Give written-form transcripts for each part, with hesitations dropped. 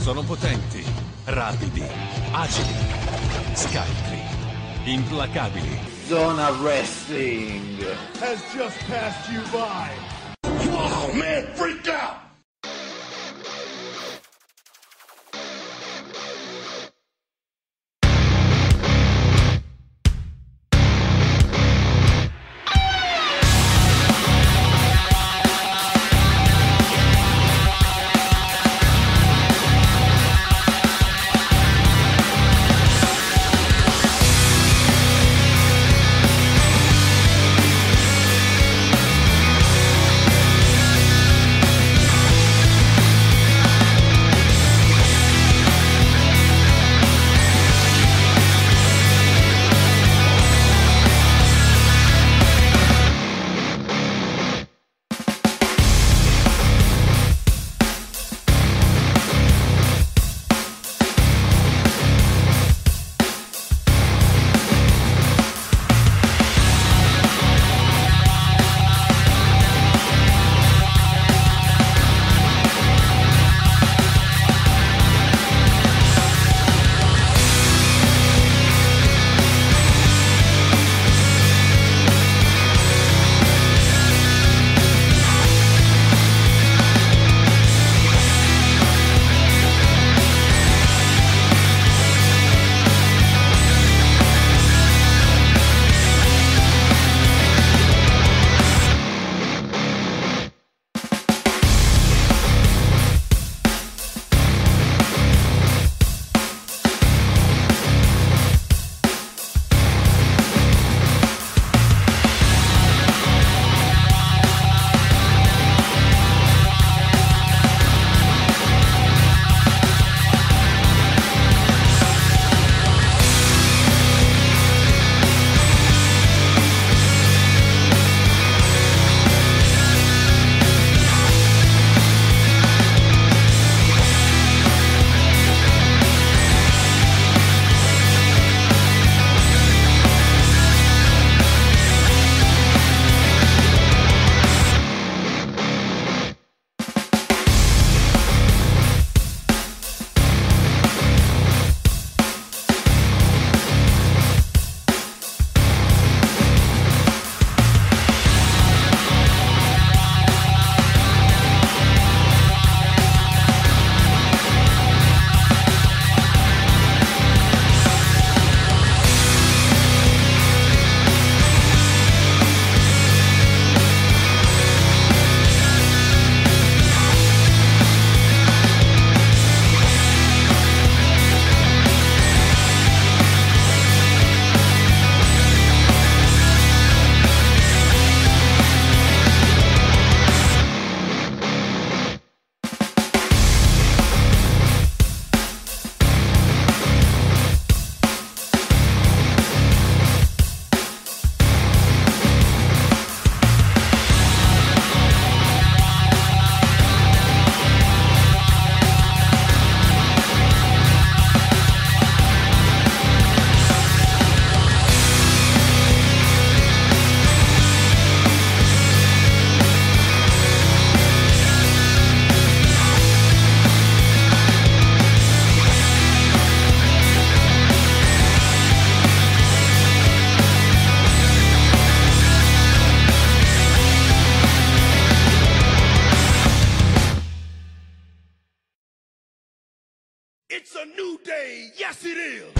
Sono potenti, rapidi, agili, scaltri, implacabili. Zona Wrestling has just passed you by. Wow, man, freak out! It's a new day. Yes, it is.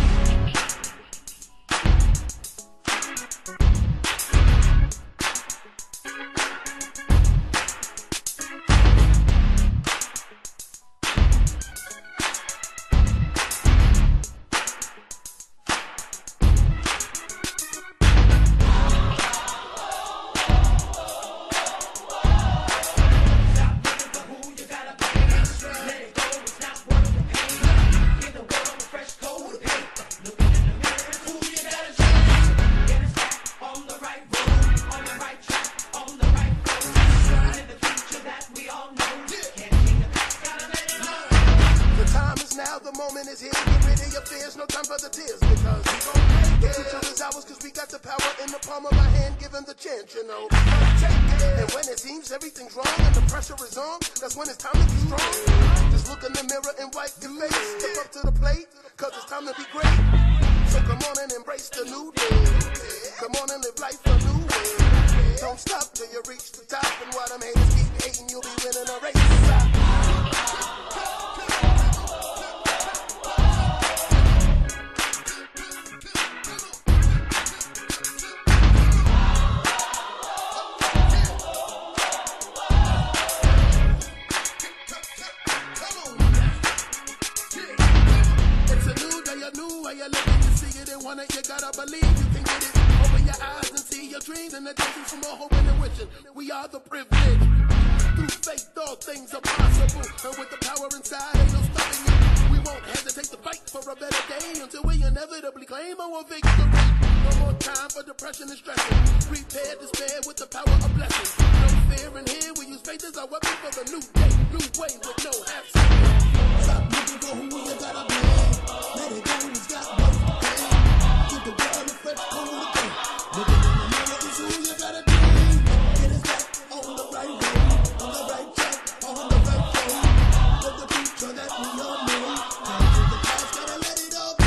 Now the moment is here, get ready, your fears, no time for the tears, because we gon' make it. The future is ours, cause we got the power in the palm of our hand, given the chance, you know. Take it. And when it seems everything's wrong and the pressure is on, that's when it's time to be strong. Just look in the mirror and wipe your face. Step up to the plate, cause it's time to be great. So come on and embrace the new day. Come on and live life a new way. Don't stop till you reach the top, and while them haters keep hating, you'll be winning a race. You gotta believe you can get it. Open your eyes and see your dreams and the distance from more hope and wishing. We are the privileged. Through faith, all things are possible. And with the power inside, ain't no stopping you. We won't hesitate to fight for a better day until we inevitably claim our victory. No more time for depression and stressing. Prepare despair with the power of blessing. No fear in here. We use faith as our weapon for the new day, new way with no half-stepping. Stop looking for who you gotta be. Let it go. It's got work. The world is fresh on the day. Looking in the mirror is who you gotta be. Get us back on the right way, on the right track, on the right road. For the future that we all know. Time to the past, gotta let it all go.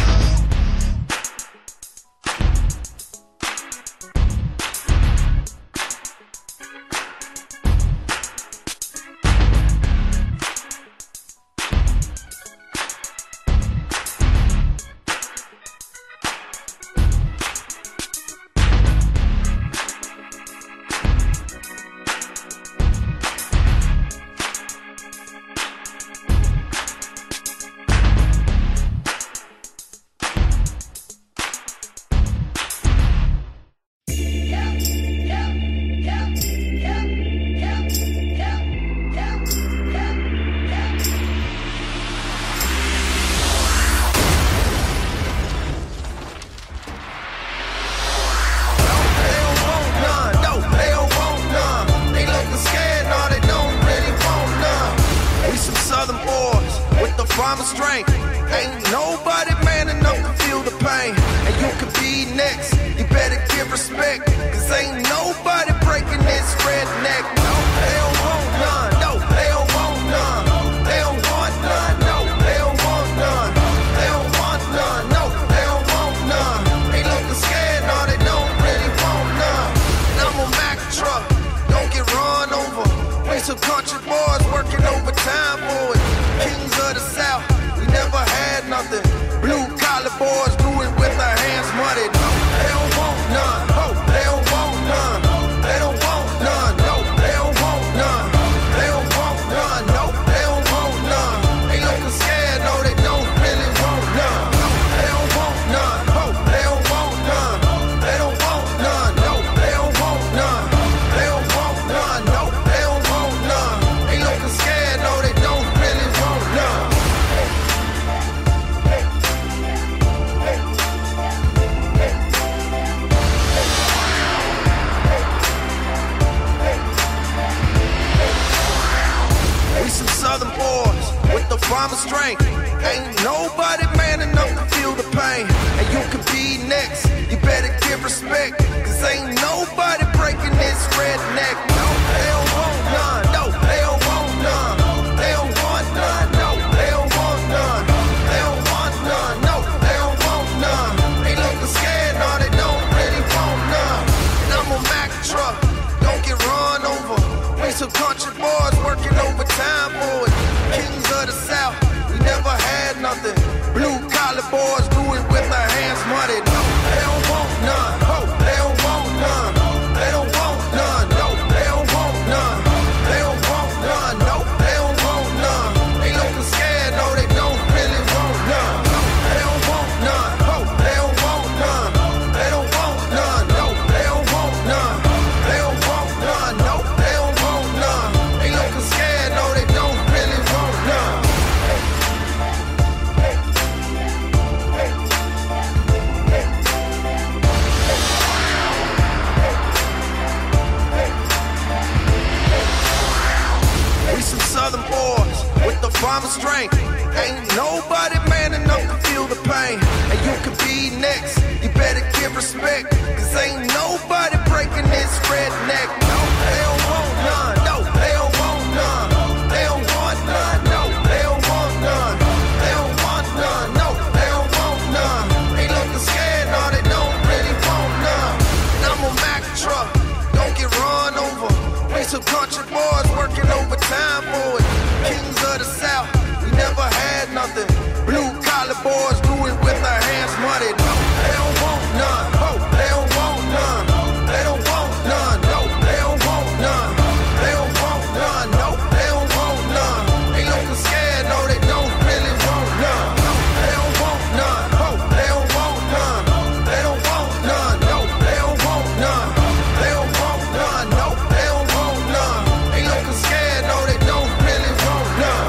Southern boys with the farmer strength. Ain't nobody man enough to feel the pain. pain, and you could be next. You better give respect, cause ain't nobody breaking this redneck. No, they don't want none. No, they don't want none. They don't want none. No, they don't want none. They don't want none. No, they don't want none. They looking scared, no, they don't really want none. And I'm a Mack truck, don't get run over. We some country boys working overtime for it. Kings of the South, we never had nothing. Blue collar boys do it with their hands muddy. No, they don't want none. Oh, they don't want none. They don't want none. No, they don't want none. They don't want none. No, they don't want none. They looking scared. No, they don't really want none. No, they don't want none. Oh, they don't want none. They don't want none. No, they don't want none. They don't want none. No, they don't want none. They looking scared. No, they don't really want none.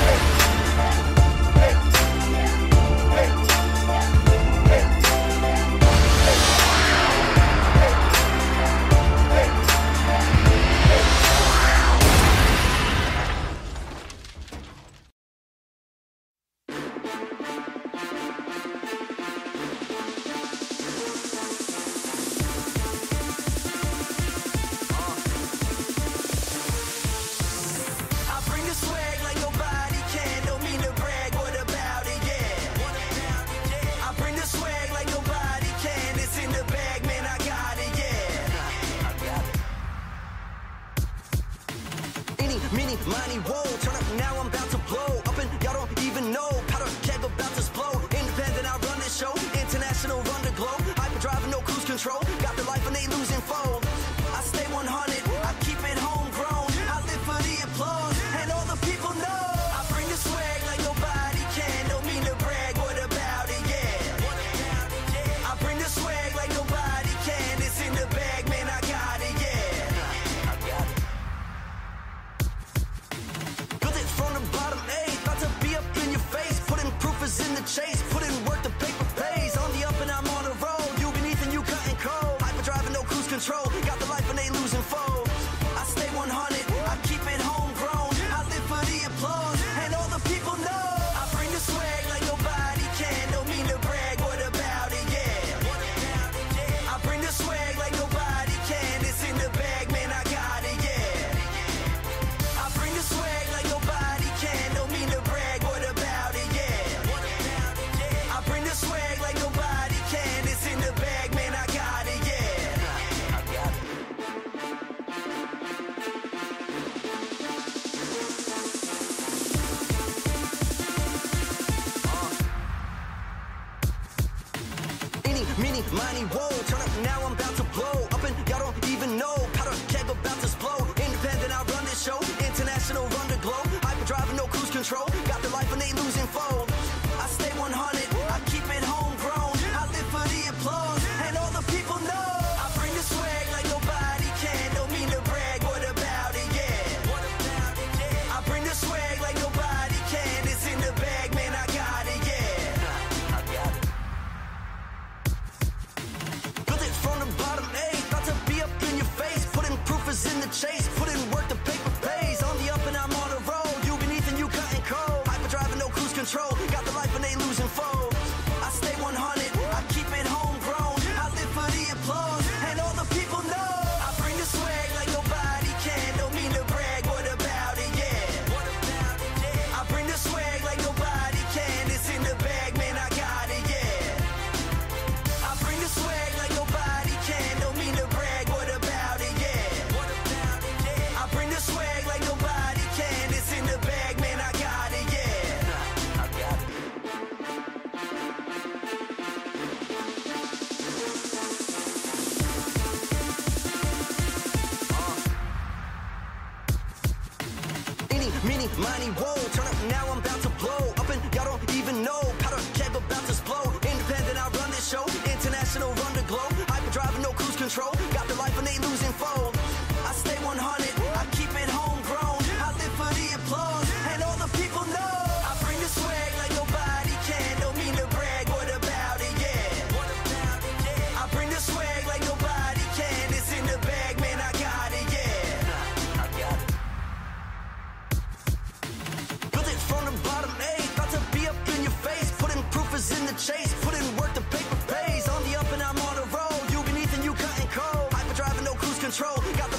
I bring the swag like nobody can. Don't mean to brag, what about it? Yeah. I bring the swag like nobody can. It's in the bag, man, I got it. Yeah. I got it. Any, mini, miny, whoa. Turn up now, I'm about to blow. Up and y'all don't even know. Powder keg about to explode. Independent, I run this show. International, run the globe. Hyperdrive, no cruise control. Got the life and they losing fold. I stay 100, I keep it homegrown. I live for the applause, and all the people know. I bring the swag like nobody can. Don't mean to brag, what about it? Yeah. I bring the swag like nobody can. It's in the bag, man, I got it. Yeah. I got it. Built it from the bottom, ayy. About to be up in your face. Putting proof is in the chase. Put in work, the paper pays. On the up and I'm on the road. You beneath and you cutting cold. Hyperdrive, no cruise control. Got the life and they losing fold. I stay 100, I keep it homegrown. I live for the applause, and all the people know. I bring the swag like nobody can. Don't mean to brag, what about it? Yeah. I bring the swag like nobody can. It's in the bag, man, I got it. Yeah. I bring the swag like nobody can. Don't mean to brag, what about it? Yeah. I bring the swag like nobody can. It's in the bag, man, I got it. Yeah. I got it. Any, mini, miny, whoa. Turn up now, I'm about to blow. Up and y'all don't even know. Powder keg about to explode. Independent, I run this show. International, run the globe. Hyperdrive, no cruise control. Got the life and they losing fold. I stay 100, I keep it homegrown. I live for the applause, and all the people know. I bring the swag like nobody can. Don't mean to brag, what about it? Yeah. I bring the swag like nobody can. It's in the bag, man, I got it. Yeah. I got it. Built it from the bottom, ayy. About to be up in your face. Putting proof is in the chase. Put in work, the paper pays. On the up and I'm on the road. You beneath and you cutting cold. Hyperdrive, no cruise control. Got the life and they losing fold. I stay 100, I keep it homegrown. I live for the applause, and all the people know. I bring the swag like nobody can. Don't mean to brag, what about it? Yeah. I bring the swag like nobody can. It's in the bag, man, I got it. Yeah. I bring the swag like nobody can. Don't mean to brag, what about it? Yeah. I bring the swag like nobody can. It's in the bag, man, I got it. Yeah. I got it. Any, mini, miny, whoa. Turn up now, I'm about to blow. Up and y'all don't even know. Powder keg about to explode. Independent, I run this show. International, run the globe. Hyperdrive, no cruise control. Got the life and they losing fold. I stay 100, I keep it homegrown. I live for the applause, and all the people know. I bring the swag like nobody can. Don't mean to brag, what about it? Yeah. I bring the swag like nobody can. It's in the bag, man, I got it. Yeah. I got it. Built it from the bottom, ayy. About to be up in your face. Putting proof is in the chase.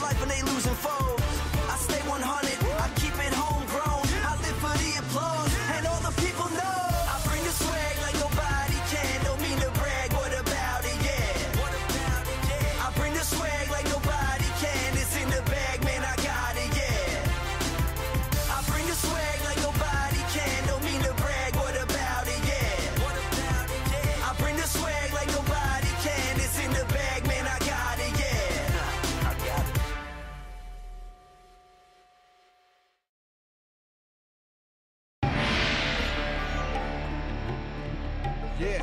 life and they losing foes. I stay 100, I keep it homegrown. I live for the applause, and all the people know. I bring the swag like nobody can. Don't mean to brag, what about it, yeah. What about it, yeah. I bring the swag like nobody can. It's in the bag, man, I got it, yeah. I bring the swag like nobody can. Don't mean to brag, what about it, yeah. What about it, yeah. I bring the swag like nobody can. It's in the bag, man, I got it, yeah. I got it. Yeah,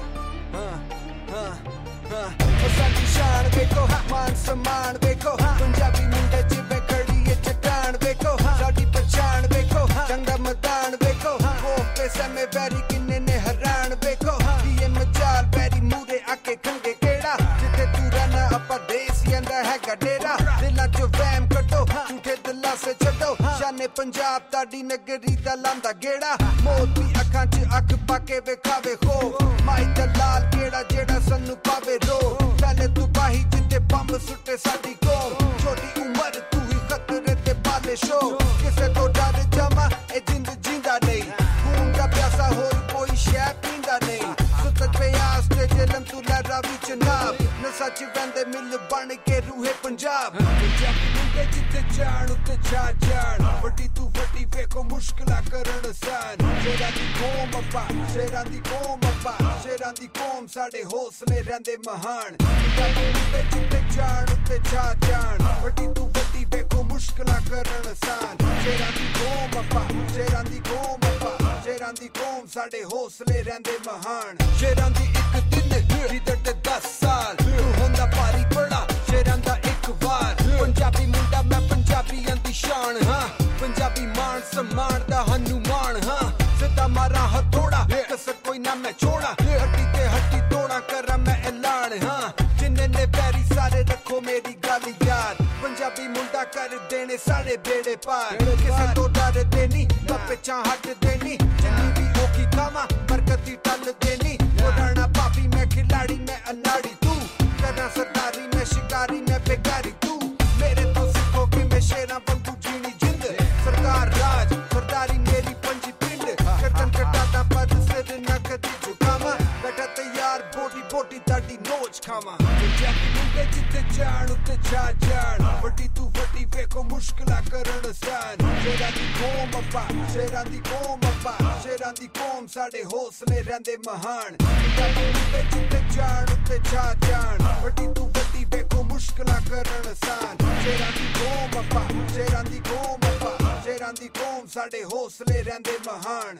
ਸਾਡੀ ਸ਼ਾਨ ਵੇਖੋ ਮਾਨ ਸਨਮਾਨ ਵੇਖੋ ਪੰਜਾਬੀ ਮੁੰਡੇ ਜਿਵੇਂ ਖੜੀ ਏ ਚਟਾਨ ਵੇਖੋ ਸਾਡੀ ਪਛਾਣ ਵੇਖੋ ਜੰਗ ਦਾ ਮੈਦਾਨ ਵੇਖੋ ਖੋਫ ਤੇ ਸਮੇਂ ਵੈਰੀ ਕਿੰਨੇ ਨੇ ਹੈਰਾਨ ਵੇਖੋ ਇਹ ਮਚਾਲ ਵੈਰੀ ਮੂਰੇ ਆਕੇ ਖੰਗੇ ਕਿਹੜਾ ਜਿੱਥੇ ਤੂੰ ਰਹਿਣਾ ਆਪਾਂ ਦੇਸ ਜਾਂਦਾ ਹੈਗਾ ਡੇਰਾ ਦਿਲਾਂ ਚੋਂ ਵਹਿਮ ਕੱਢੋ ਝੂਠੇ ਦਿਲਾਂ ਸੇ ਛੱਡੋ ਸ਼ਾਨੇ ਪੰਜਾਬ ਤੁਹਾਡੀ ਨਗਰੀ ਦਾ ਲਾਂਦਾ ਗੇੜਾ ਮੋਤੀ ਅੱਖਾਂ 'ਚ ਅੱਖ ਪਾ ਕੇ ਵੇਖਾਵੇ ਖੋ ਮਾਈ ਦਾ ਲਾਲ ਕਿਹੜਾ ਜਿਹੜਾ ਸਾਨੂੰ ਪਾਵੇ ਰੋ ਪਹਿਲੇ ਤੂੰ ਬਾਹੀ ਜਿੱਤੇ ਬੰਬ ਸੁੱਟੇ ਸਾਡੀ ਕੌਮ ਛੋਟੀ ਉਮਰ ਤੂੰ ਹੀ ਖਤਰੇ ਤੇ ਪਾਲੇ ਸ਼ੋ ਕਿਸੇ ਤੋਂ ਡਰ ਜਾਵਾਂ ਇਹ ਜਿੰਦ ਜਿੰਦਾ ਨਹੀਂ ਖੂਨ ਦਾ ਪਿਆਸਾ ਹੋਰ ਕੋਈ ਸ਼ੈ ਪੀਂਦਾ ਨਹੀਂ ਸੁੱਤਰ ਪਿਆਸ ਤੇ ਜਲਨ ਤੂੰ ਲਹਿਰਾ ਵਿੱਚ ਨਾਬ ਨਸ਼ਾ 'ਚ ਵੰਦੇ ਮਿਲ ਬਣ ਕੇ ਰੂਹੇ ਪੰਜਾਬ ਪੰਜਾਬੀ ਮੁੰਡੇ ਜਿੱਥੇ ਜਾਣ ਉੱਤੇ ਛਾ ਜਾਣ ਵੱਡੀ ਤੂੰ ਵੱਡੀ ਵੇਖੋ ਮੁਸ਼ਕਿਲਾਂ ਕਰਨ ਆਸਾਨ ਸ਼ੇਰਾਂ ਦੀ ਕੌਮ ਆਪਾਂ ਸ਼ੇਰਾਂ ਦੀ ਕੌਮ ਆਪਾਂ ਸ਼ੇਰਾਂ ਦੀ ਕੌਮ ਸਾਡੇ ਹੌਸਲੇ ਰਹਿੰਦੇ ਮਹਾਨ ਪੰਜਾਬੀ ਮੁੰਡੇ ਜਿੱਥੇ ਜਾਣ ਉੱਤੇ ਛਾ ਜਾਣ ਵੱਡੀ ਤੂੰ ਵੱਡੀ ਵੇਖੋ ਮੁਸ਼ਕਿਲਾਂ ਕਰਨ ਆਸਾਨ ਸ਼ੇਰਾਂ ਦੀ ਕੌਮ ਆਪਾਂ ਸ਼ੇਰਾਂ ਦੀ ਕੌਮ ਆਪਾਂ ਸ਼ੇਰਾਂ ਦੀ ਕੌਮ ਸਾਡੇ ਹੌਸਲੇ ਰਹਿੰਦੇ ਮਹਾਨ ਸ਼ੇਰਾਂ ਦੀ ਇੱਕ ਦਿਨ ਜਿੱਦੇ ਤੇ 10 ਸਾਲ ਤੂੰ ਹੁੰਦਾ ਭਾਰੀ ਬੜਾ ਸ਼ੇਰਾਂ ਦਾ ਇੱਕ ਵਾਰ ਪੰਜਾਬੀ ਮੁੰਡਾ ਮੈਂ ਪੰਜਾਬੀਆਂ ਦੀ ਸ਼ਾਨ ਹਾਂ ਪੰਜਾਬੀ ਮਾਣ ਸਨਮਾਨ ਦਾ ਹਨੂਮਾਨ ਹਾਂ ਸਿੱਧਾ ਮਾਰਾ ਹਥੋੜਾ ਕਸ ਕੋਈ ਨਾ ਮੈਂ ਛੋੜਾ ਹੱਡੀ ਤੇ ਹੱਡੀ ਤੋੜਾ ਕਰਾਂ ਮੈਂ ਐਲਾਨ ਹਾਂ ਜਿੰਨੇ ਨੇ ਪੈਰੀ ਸਾਰੇ ਰੱਖੋ ਮੇਰੀ ਗੱਲ ਯਾਦ ਪੰਜਾਬੀ ਮੁੰਡਾ ਕਰ ਦੇਣੇ ਸਾਰੇ ਬੇੜੇ ਪਾਰ ਕਿਸੇ ਤੋਂ ਡਰਦੇ ਨਹੀਂ ਮੈਂ ਪਿੱਛਾ ਹਟਦੇ ਨਹੀਂ ਜਿੰਨੀ ਵੀ ਔਖੀ ਖਾਵਾਂ ਬਰਕਤੀ ਟੱਲਦੇ ਨਹੀਂ ਪੁਰਾਣਾ ਪਾਪੀ ਮੈਂ ਖਿਲਾੜੀ ਮੈਂ ਅਨਾੜੀ ਤੂੰ ਕਰਾਂ ਸਰਦਾਰੀ ਮੈਂ ਸ਼ਿਕਾਰੀ ਮੈਂ ਬੇਕਾਰੀ ਤੂੰ ਮੇਰੇ ਤੋਂ ਸਿੱਖੋ ਕਿ ਮੈਂ ਸ਼ੇਰਾਂ ਵਾਂਗੂ ਜੀਣੀ ਜਿੰਦ ਸਰਕਾਰ ਰਾਜ ਸਰਦਾਰੀ ਮੇਰੀ ਪੰਜੀ ਪਿੰਡ ਕਰਤਨ ਕਟਾਦਾ ਪਰ ਸਿਰ ਨਾ ਕਦੀ ਝੁਕਾਵਾਂ ਬੈਠਾ ਤਿਆਰ ਬੋਟੀ ਬੋਟੀ ਤੁਹਾਡੀ ਨੋਚ ਖਾਵਾਂ ਪੰਜਾਬੀ ਮੁੰਡੇ ਜਿੱਥੇ ਜਾਣ ਉੱਤੇ ਛਾ ਜਾਣ ਵੱਡੀ ਤੂੰ ਵੱਡੀ ਵੇਖੋ ਮੁਸ਼ਕਿਲਾਂ ਕਰਨ ਆਸਾਨ ਸ਼ੇਰਾਂ ਦੀ ਕੌਮ ਆਪਾਂ ਸ਼ੇਰਾਂ ਦੀ ਕੌਮ ਆਪਾਂ ਸ਼ੇਰਾਂ ਦੀ ਕੌਮ ਸਾਡੇ ਹੌਸਲੇ ਰਹਿੰਦੇ ਮਹਾਨ ਪੰਜਾਬੀ ਮੁੰਡੇ ਜਿੱਥੇ ਜਾਣ ਉੱਤੇ ਛਾ ਜਾਣ ਵੱਡੀ ਤੂੰ ਵੱਡੀ ਵੇਖੋ ਮੁਸ਼ਕਿਲਾਂ ਕਰਨ ਆਸਾਨ ਸ਼ੇਰਾਂ ਦੀ ਕੌਮ ਆਪਾਂ ਸ਼ੇਰਾਂ ਦੀ ਕੌਮ ਆਪਾਂ ਸ਼ੇਰਾਂ ਦੀ ਕੌਮ ਸਾਡੇ ਹੌਸਲੇ ਰਹਿੰਦੇ ਮਹਾਨ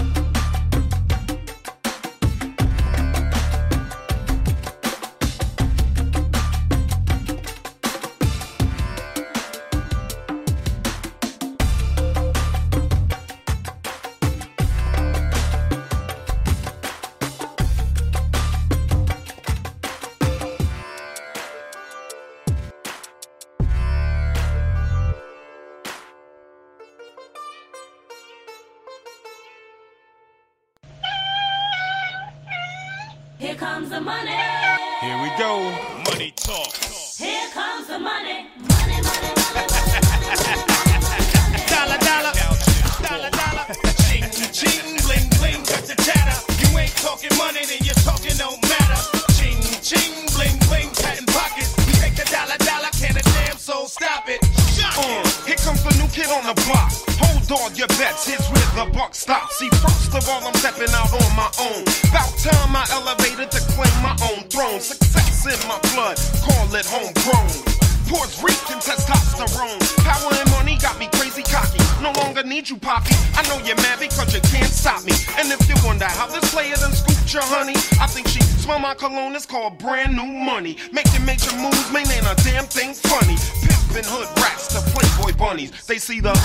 Here comes the money. Here we go. Money talk. Here comes the money. Money, money, money. Dollar, dollar. Dollar, dollar. Ching, ching, bling, bling. Got the chatter. You ain't talking money, then your talking don't matter. Ching, ching, bling, bling. Patent pockets. We take the dollar, dollar. Can a damn soul stop it? Here comes the new kid on the block. Hold all your bets, here's where the buck stops. See, first of all, I'm stepping out on my own. About time I elevated to claim my own throne. Success in my blood, call it homegrown. Puerto Rican testosterone. Power and money got me crazy cocky. No longer need you, Poppy. I know you're mad because you can't stop me. And if you wonder how this player done scooped your honey, I think she smell my cologne, it's called brand new money. Making major moves, man, ain't a damn thing funny. Pimpin' hood rats to Playboy bunnies. They see the...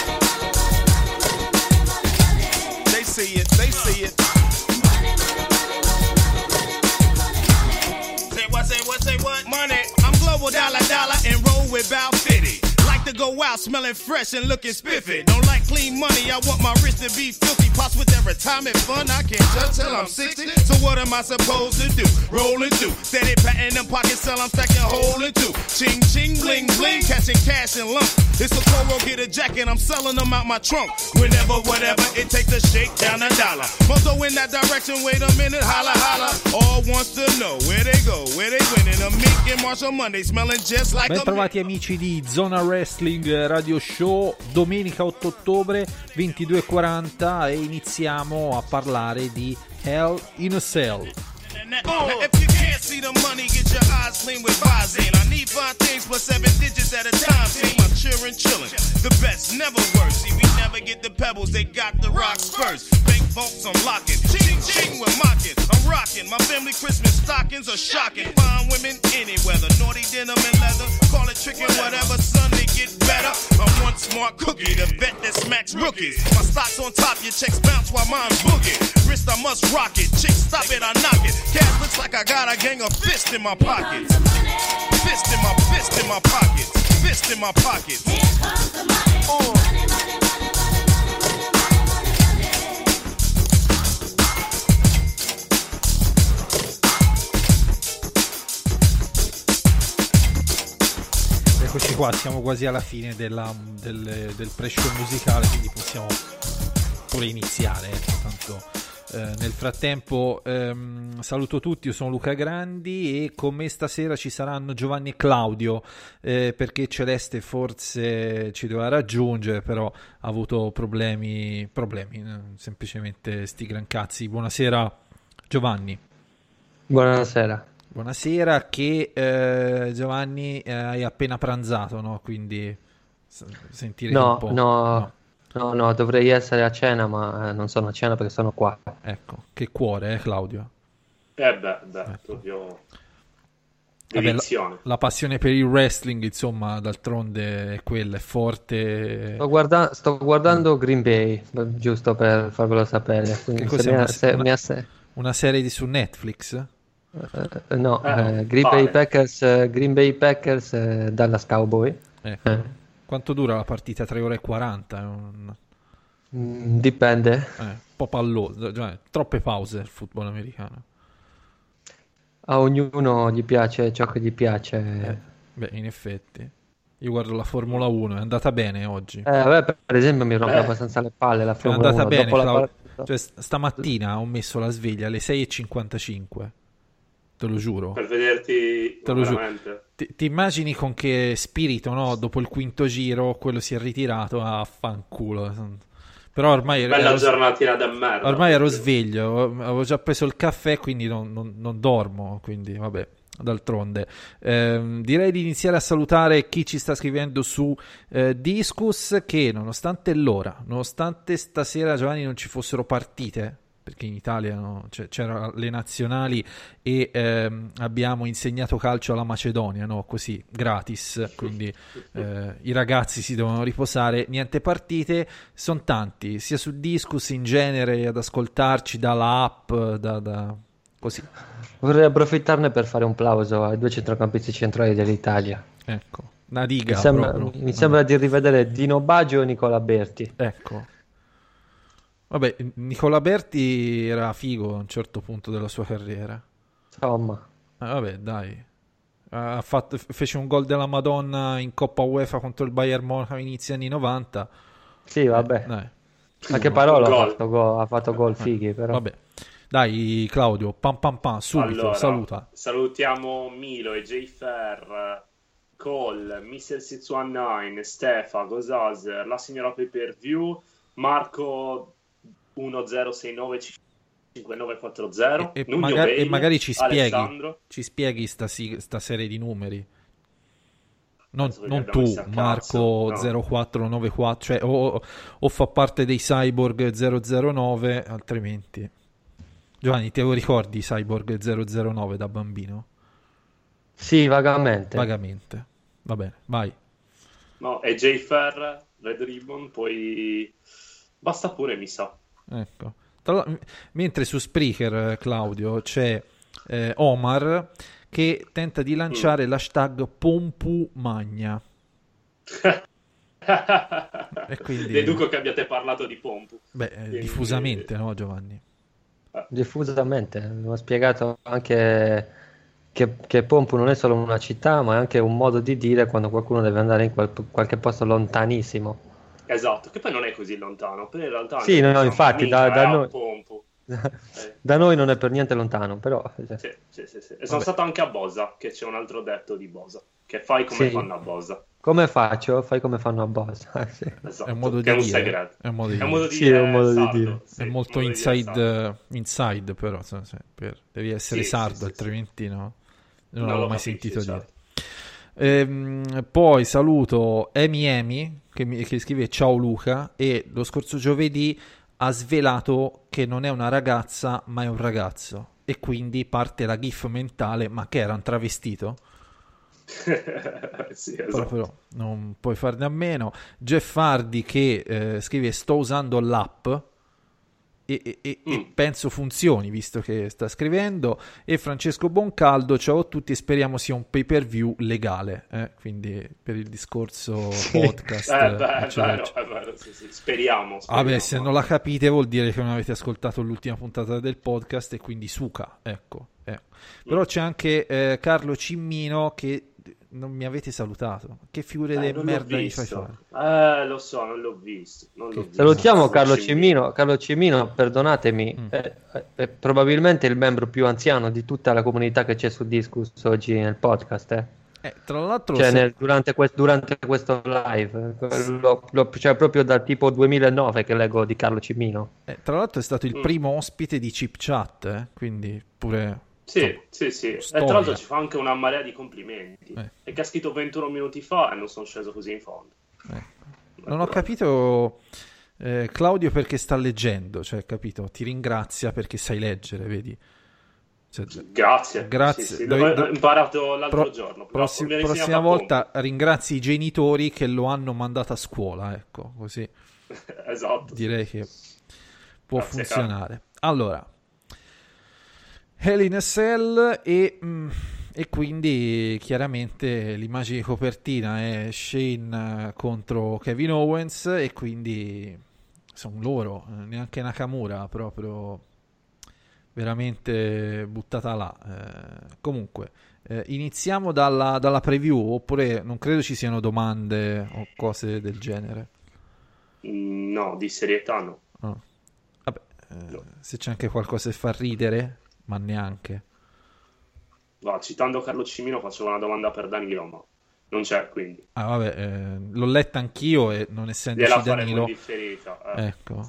They see it, they see it. Say what? Money. I'm global dollar and roll with Val Fitty. Like the go out smelling fresh and looking spiffy. Don't like clean money, I want my wrist to be filthy. Pops with that retirement fund, I can't touch till I'm 60. So what am I supposed to do? Rolling through, steady patting them pockets till I'm stacking holding two. Ching ching bling bling, catching cash and lump. It's a Coro, get a jacket, I'm selling them out my trunk. Whenever, whatever, it takes to shake down $1. Mozo in that direction, wait a minute, holla holla. All wants to know where they go, where they winning. A Meek and Marshall Monday smelling just like Ben a trovati amici di Zona Wrestling Radio Show, domenica 8 ottobre 22:40 e iniziamo a parlare di Hell in a Cell. Now, if you can't see the money, get your eyes clean with Visine. I need 5 things plus 7 digits at a time. See my children chillin', the best, never worse. See, we never get the pebbles, they got the rocks first. Bank vaults, I'm locking. Ching ching, we're mocking. I'm rocking. My family Christmas stockings are shocking. Fine women, any weather. Naughty denim and leather. Call it trickin', whatever. Sunday get better. I'm one smart cookie, the vet that smacks rookies. My stock's on top, your checks bounce while mine's boogie. Wrist, I must rock it. Chicks, stop it, I knock it. Cash looks like I got a gang of fists in my pockets. Fist in my pockets. Fist in my pockets. Here comes the money. Money, money, money, money, money, money, money, money. Eccoci qua, siamo quasi alla fine del pre-show musicale, quindi possiamo pure iniziare, tanto. Nel frattempo saluto tutti, io sono Luca Grandi e con me stasera ci saranno Giovanni e Claudio, perché Celeste forse ci doveva raggiungere, però ha avuto problemi, semplicemente sti gran cazzi. Buonasera Giovanni. Buonasera, che Giovanni hai appena pranzato, no? Quindi sentirete un po'. No, dovrei essere a cena, ma non sono a cena perché sono qua. Ecco, che cuore, Claudio? Ecco. Proprio dedizione. La passione per il wrestling, insomma, d'altronde è quella, è forte. Sto guardando Green Bay, giusto per farvelo sapere. Che cos'è? Una serie su Netflix? Green Bay Packers, Dallas Cowboy. Ecco. Quanto dura la partita? 3 ore e 40? Dipende. Un po' palloso, cioè, troppe pause il football americano. A ognuno gli piace ciò che gli piace. Beh, in effetti. Io guardo la Formula 1, è andata bene oggi. Per esempio mi rompe abbastanza le palle la Formula 1. È andata bene, cioè, stamattina ho messo la sveglia alle 6:55. Te lo giuro. Per vederti veramente. Ti immagini con che spirito, no? Dopo il quinto giro quello si è ritirato a fanculo. Però ormai bella giornatina da merda. Ormai ero sveglio, avevo già preso il caffè, quindi non dormo, quindi vabbè, d'altronde. Direi di iniziare a salutare chi ci sta scrivendo su Discus, che nonostante stasera, Giovanni, non ci fossero partite, perché in Italia c'erano le nazionali e abbiamo insegnato calcio alla Macedonia, no? Così, gratis, quindi i ragazzi si devono riposare, niente partite, sono tanti, sia su Discus in genere, ad ascoltarci dalla app, così. Vorrei approfittarne per fare un plauso ai 2 centrocampisti centrali dell'Italia. Ecco, una diga mi sembra di rivedere Dino Baggio e Nicola Berti. Ecco. Vabbè, Nicola Berti era figo a un certo punto della sua carriera. Insomma. Vabbè, dai. Fece un gol della Madonna in Coppa UEFA contro il Bayern Monaco inizio anni 90. Sì, vabbè. Ma che parola ha fatto gol fighi, però. Vabbè. Dai, Claudio, pam, subito, allora, saluta. Salutiamo Milo e J-Fer, Cole, Mr. 619, Stefa, Gozazer, la signora Pay Per View, Marco 10695940 e magari ci spieghi sta serie di numeri, non tu Marco, no. 0494, cioè o fa parte dei Cyborg 009, altrimenti. Giovanni, te lo ricordi Cyborg 009 da bambino? Sì, vagamente, va bene, vai. No, è J-Fer, Red Ribbon, poi basta pure, mi sa. Ecco. Mentre su Spreaker, Claudio, c'è Omar che tenta di lanciare l'hashtag Pompu Magna. E quindi... Deduco che abbiate parlato di Pompu. Beh, Quindi... diffusamente, no, Giovanni? Diffusamente, ho spiegato anche che Pompu non è solo una città, ma è anche un modo di dire quando qualcuno deve andare in qualche posto lontanissimo. Esatto, che poi non è così lontano, però in realtà... Sì, no, infatti, da noi... Pompu. Da noi non è per niente lontano, però... Sì. E sono stato anche a Bosa, che c'è un altro detto di Bosa, che fai come fanno a Bosa. Come faccio? Fai come fanno a Bosa. Sì. Esatto, È un modo di che è un dire. segreto. È un modo di È un dire. modo di Sì, dire è un modo di sardo, dire. sì, È molto un modo di dire sardo. inside però, devi essere Sì, sardo, sì, altrimenti no. Non Non l'avevo lo mai capisci, sentito certo. dire. Poi saluto Emi che scrive ciao Luca, e lo scorso giovedì ha svelato che non è una ragazza ma è un ragazzo, e quindi parte la gif mentale, ma che era un travestito? Sì, esatto. Però non puoi farne a meno. Jeff Hardy che scrive sto usando l'app e penso funzioni visto che sta scrivendo, e Francesco Boncaldo ciao a tutti e speriamo sia un pay per view legale, quindi per il discorso podcast È vero, sì. Speriamo. Vabbè, se non la capite vuol dire che non avete ascoltato l'ultima puntata del podcast e quindi suca, ecco. Però c'è anche Carlo Cimmino che non mi avete salutato. Che figure di merda mi fai fare? Lo so, non l'ho visto. Salutiamo Carlo Cimmino. Carlo Cimmino, perdonatemi, è probabilmente il membro più anziano di tutta la comunità che c'è su Discus oggi nel podcast. Tra l'altro durante questo live, cioè proprio dal tipo 2009 che leggo di Carlo Cimmino. Tra l'altro è stato il primo ospite di Chip Chat, quindi pure... Sì. E tra l'altro ci fa anche una marea di complimenti. E che ha scritto 21 minuti fa e non sono sceso così in fondo. Non ho capito Claudio perché sta leggendo, cioè capito? Ti ringrazia perché sai leggere, vedi? Cioè, Grazie. Sì. L'ho imparato l'altro giorno. Prossima volta ringrazi i genitori che lo hanno mandato a scuola, ecco, così. Esatto. Direi che può funzionare. Allora, Hell in a Cell e quindi chiaramente l'immagine di copertina è Shane contro Kevin Owens, e quindi sono loro, neanche Nakamura, proprio veramente buttata là. Comunque iniziamo dalla preview, oppure non credo ci siano domande o cose del genere. No, di serietà no. Vabbè, se c'è anche qualcosa che fa ridere, ma neanche. Citando Carlo Cimino facevo una domanda per Danilo, ma non c'è, quindi. Vabbè, l'ho letta anch'io e non essendoci Danilo, ecco.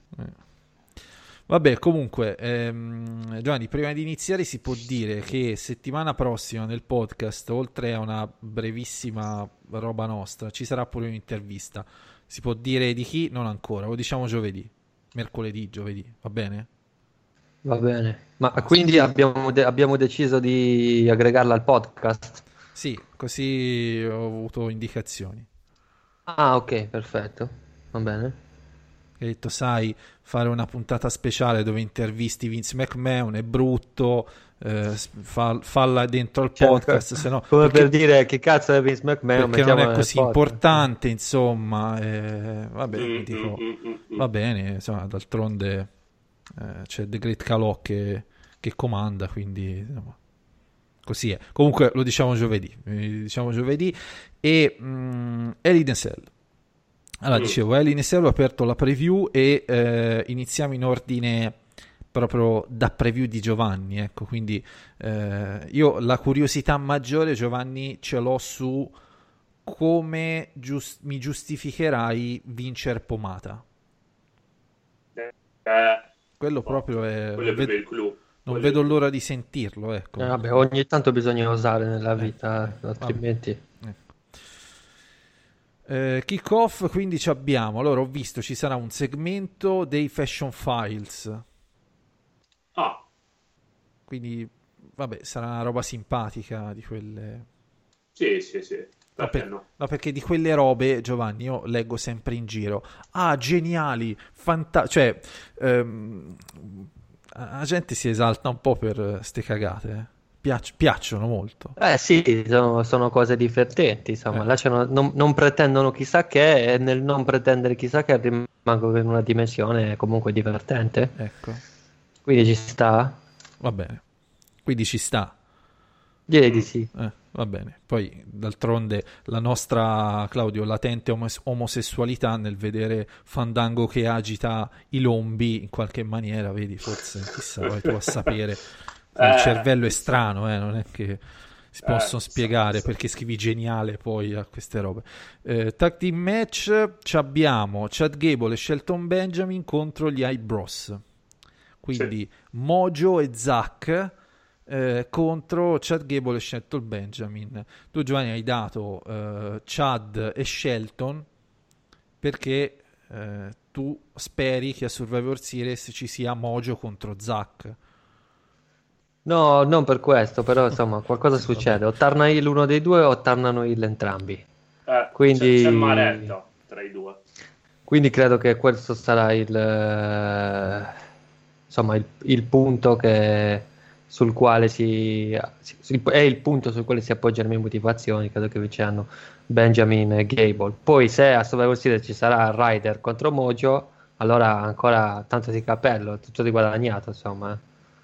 Vabbè, comunque Giovanni, prima di iniziare si può dire che settimana prossima nel podcast, oltre a una brevissima roba nostra, ci sarà pure un'intervista. Si può dire di chi? Non ancora, lo diciamo giovedì, giovedì, va bene? Va bene, ma quindi abbiamo deciso di aggregarla al podcast? Sì, così ho avuto indicazioni. Ah, ok, perfetto, va bene. Hai detto, sai, fare una puntata speciale dove intervisti Vince McMahon è brutto, falla dentro il podcast, se no, come per dire che cazzo è Vince McMahon, perché non è così importante, insomma. Vabbè, dico, va bene, insomma, d'altronde c'è The Great Khalo che comanda, quindi insomma, così è. Comunque lo diciamo giovedì e Hell in a Cell. Allora, dicevo, Hell in a Cell, ho aperto la preview e iniziamo in ordine proprio da preview di Giovanni, ecco, quindi io la curiosità maggiore, Giovanni, ce l'ho su come mi giustificherai Vincer Pomata. Quello proprio è... il clou. Non vedo l'ora di sentirlo, ecco. Vabbè, ogni tanto bisogna osare nella vita, altrimenti... Kick off, quindi ci abbiamo. Allora, ho visto ci sarà un segmento dei Fashion Files. Quindi, vabbè, sarà una roba simpatica di quelle. Sì. No, perché di quelle robe, Giovanni, io leggo sempre in giro. Geniali, cioè, la gente si esalta un po' per ste cagate. piacciono molto. Sì, sono cose divertenti, insomma, là non pretendono chissà che, e nel non pretendere chissà che rimangono in una dimensione comunque divertente. Ecco. Quindi ci sta? Va bene. Quindi ci sta. Direi di sì. Va bene. Poi, d'altronde, la nostra, Claudio, latente omosessualità nel vedere Fandango che agita i lombi in qualche maniera, vedi, forse, chissà, vai tu a sapere. Il cervello è strano, non è che si possono spiegare perché scrivi geniale poi a queste robe. Tag team match, abbiamo Chad Gable e Shelton Benjamin contro gli Bros. Quindi Mojo e Zack contro Chad Gable e Shelton Benjamin. Tu, Giovanni, hai dato Chad e Shelton perché tu speri che a Survivor Series ci sia Mojo contro Zack. No, non per questo, però insomma qualcosa succede. O torna il uno dei due o tornano il entrambi. Quindi c'è Maretta tra i due. Quindi credo che questo sarà il punto sul quale è il punto sul quale si appoggiano le mie motivazioni. Credo che vinceranno Benjamin e Gable. Poi se a Survivor Series ci sarà Ryder contro Mojo, allora ancora tanto di cappello, tutto di guadagnato, insomma.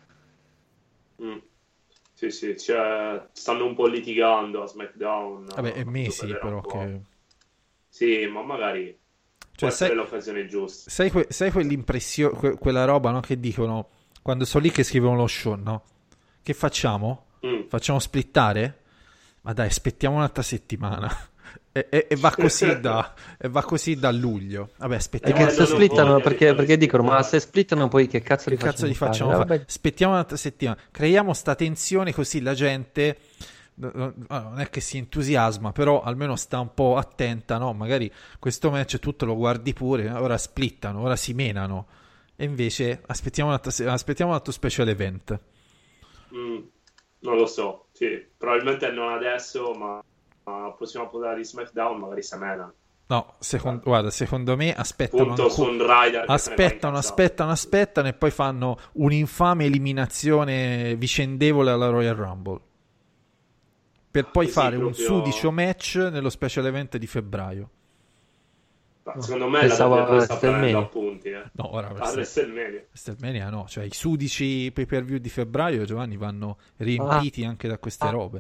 Sì, stanno un po' litigando a SmackDown. Vabbè, è mesi però che... Sì, ma magari può essere l'occasione giusta. Sai quell'impressione, quella roba, no, che dicono quando sono lì che scrivono lo show, no? Che facciamo? Facciamo splittare? Ma dai, aspettiamo un'altra settimana. E va così da luglio. Vabbè, aspettiamo. Perché se splittano, perché dicono, ma se splittano poi che cazzo li facciamo fare? Aspettiamo un'altra settimana. Creiamo sta tensione così la gente non è che si entusiasma, però almeno sta un po' attenta, no? Magari questo match tu te lo guardi pure, ora splittano, ora si menano. E invece aspettiamo un altro special event. Non lo so, sì, probabilmente non adesso, ma la prossima puntata di SmackDown magari si menano. No, secondo me aspettano aspettano e poi fanno un'infame eliminazione vicendevole alla Royal Rumble per poi fare un sudicio match nello special event di febbraio. Secondo me la sta prendendo appunti. No, ora a WrestleMania no, cioè i sudici pay per view di febbraio, Giovanni, vanno riempiti anche da queste robe.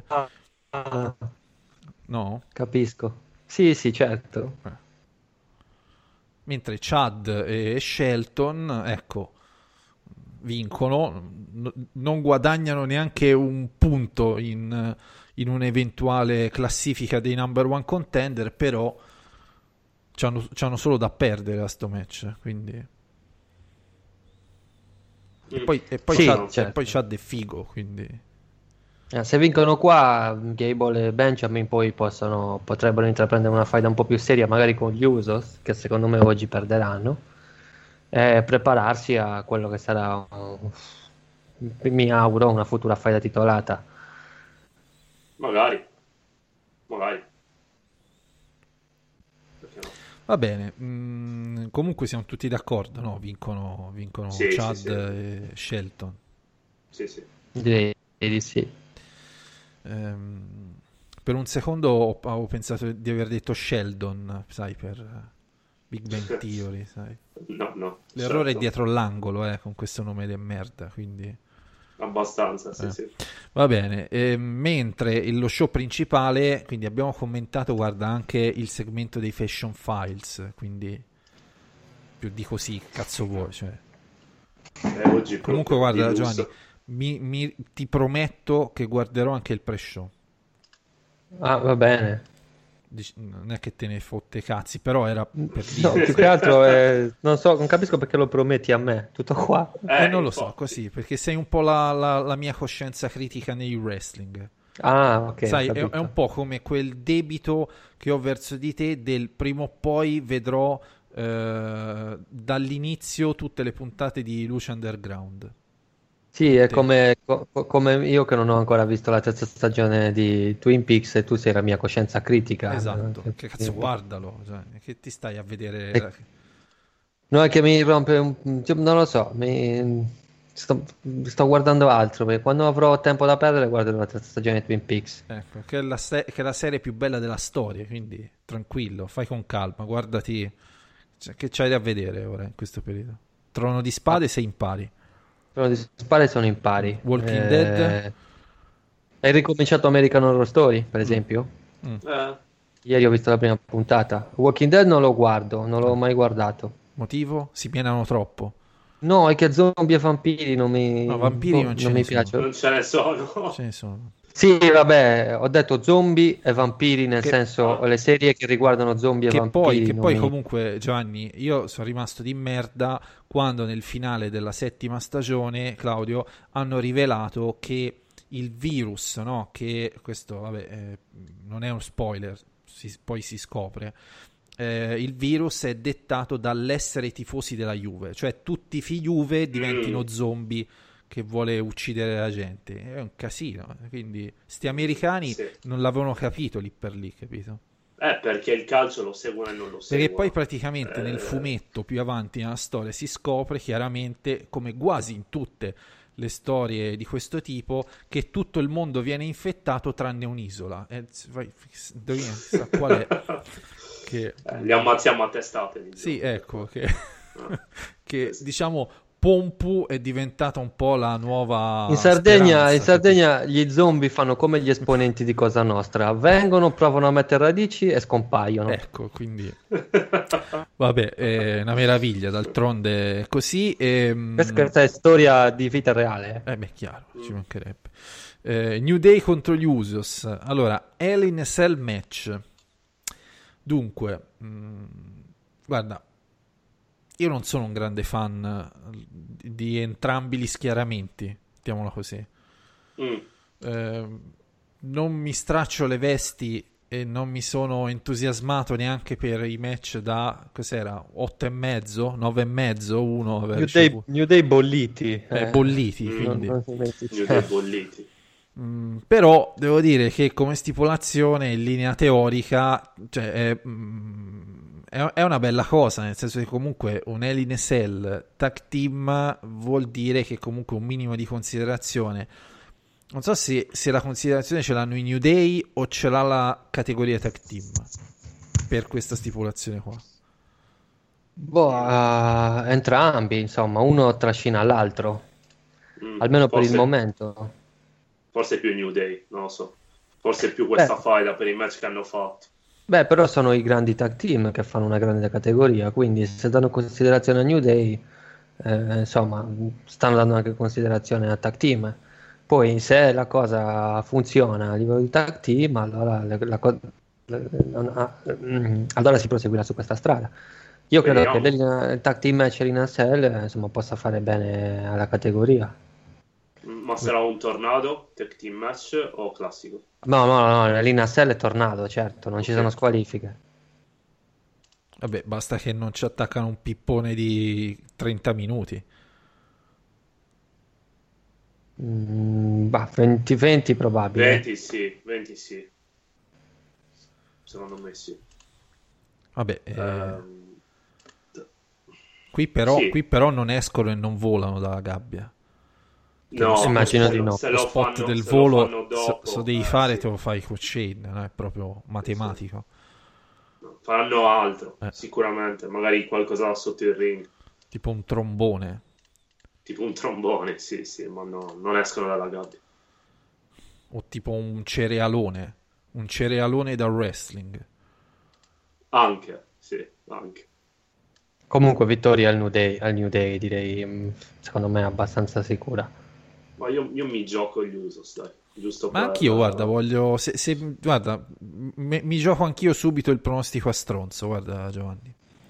No? Capisco. Sì, certo. Mentre Chad e Shelton, ecco, vincono, non guadagnano neanche un punto in un'eventuale classifica dei number one contender, però c'hanno solo da perdere a sto match, quindi... E poi Chad è figo, quindi... Se vincono qua, Gable e Benjamin poi potrebbero intraprendere una faida un po' più seria, magari con gli Usos, che secondo me oggi perderanno, e prepararsi a quello che sarà, mi auguro, una futura faida titolata. Magari. Perché no? Va bene, comunque siamo tutti d'accordo, no? Vincono Chad e Shelton. Sì. Direi di sì. Per un secondo avevo pensato di aver detto Sheldon, sai, per Big Bang Theory, sai. No. L'errore è dietro l'angolo, con questo nome di merda, quindi... Abbastanza, sì. Va bene, mentre lo show principale, quindi abbiamo commentato, guarda, anche il segmento dei Fashion Files, quindi più di così, cazzo vuoi, cioè. Oggi comunque guarda, Giovanni, ti prometto che guarderò anche il pre-show. Va bene. Non è che te ne fotte cazzi, però era per dire. No, più che altro non capisco perché lo prometti a me, tutto qua. Non lo so, così, perché sei un po' la mia coscienza critica nei wrestling. Ok. Sai, è un po' come quel debito che ho verso di te del prima o poi vedrò dall'inizio tutte le puntate di Lucha Underground. Sì, è come io che non ho ancora visto la terza stagione di Twin Peaks e tu sei la mia coscienza critica. Esatto, che cazzo, guardalo, cioè, che ti stai a vedere? No, è che mi rompe non lo so, sto guardando altro, perché quando avrò tempo da perdere guarderò la terza stagione di Twin Peaks. Ecco, che è la serie più bella della storia, quindi tranquillo, fai con calma, guardati che c'hai da vedere ora in questo periodo. Trono di Spade se impari. Trono di Spade sono impari. Walking Dead. Hai ricominciato American Horror Story, per esempio? Ieri ho visto la prima puntata. Walking Dead non lo guardo, non l'ho mai guardato. Motivo? Si pienano troppo. No, è che zombie e vampiri non mi, No, vampiri non ce ne mi sono. piacciono. Non ce ne sono. Ce ne sono. Sì, vabbè, ho detto zombie e vampiri, nel Che- senso le serie che riguardano zombie e Che vampiri. poi, non mi- comunque, Giovanni, io sono rimasto di merda quando nel finale della 7ª stagione, Claudio, hanno rivelato che il virus, no? Che questo, vabbè, non è uno spoiler, poi si scopre. Il virus è dettato dall'essere tifosi della Juve, cioè tutti i Juve diventino zombie che vuole uccidere la gente. È un casino, quindi sti americani Sì. non l'avevano capito lì per lì, capito? Perché il calcio lo seguono e non lo Perché seguono. poi praticamente nel fumetto più avanti nella storia si scopre chiaramente, come quasi in tutte le storie di questo tipo, che tutto il mondo viene infettato tranne un'isola. Indovina qual è? Che... Li ammazziamo a testate. Sì, ecco, che diciamo Pompu è diventata un po' la nuova In Sardegna, speranza, gli zombie fanno come gli esponenti di Cosa Nostra, vengono, provano a mettere radici e scompaiono. Ecco, quindi vabbè, è una meraviglia, d'altronde è così. Questa è storia di vita reale. Beh, chiaro, ci mancherebbe. New Day contro gli Usos. Allora, Hell in a Cell match. Dunque, guarda, io non sono un grande fan di entrambi gli schieramenti, mettiamola così. Non mi straccio le vesti e non mi sono entusiasmato neanche per i match da, cos'era, 8,5, 9,5, uno New Day bolliti. bolliti, quindi. Non si metti- New Day bolliti. Però devo dire che come stipulazione in linea teorica, cioè, è una bella cosa, nel senso che comunque un Hell in a Cell tag team vuol dire che comunque un minimo di considerazione, non so se la considerazione ce l'hanno i New Day o ce l'ha la categoria tag team per questa stipulazione qua. Entrambi, insomma, uno trascina l'altro, almeno per il momento. Forse più New Day, non lo so. Forse più questa faida per i match che hanno fatto. Beh, però sono i grandi tag team che fanno una grande categoria, quindi se danno considerazione a New Day, insomma, stanno dando anche considerazione a tag team. Poi se la cosa funziona a livello di tag team, allora, allora si proseguirà su questa strada. Io credo che il tag team match in a Cell, insomma, possa fare bene alla categoria. Ma sarà un tornado, tag team match o classico? No, l'In Cell è tornato, certo, non ci sono squalifiche. Vabbè, basta che non ci attaccano un pippone di 30 minuti. 20 probabile. 20 sì. Secondo me sì. Vabbè, qui però non escono e non volano dalla gabbia. No, immagino di no. Se Lo lo spot fanno, del se lo volo, fanno dopo, se devi fare, sì. te lo fai con Chain, non è proprio matematico. Faranno altro, sicuramente. Magari qualcosa sotto il ring. Tipo un trombone. Tipo un trombone, sì, ma no, non escono dalla gabbia. O tipo un cerealone. Un cerealone da wrestling. Anche, sì, anche. Comunque vittoria al New Day, direi, secondo me abbastanza sicura. Ma io mi gioco gli Usos, dai. Giusto Ma per... anch'io, guarda, voglio... guarda, mi gioco anch'io subito il pronostico a stronzo, guarda Giovanni.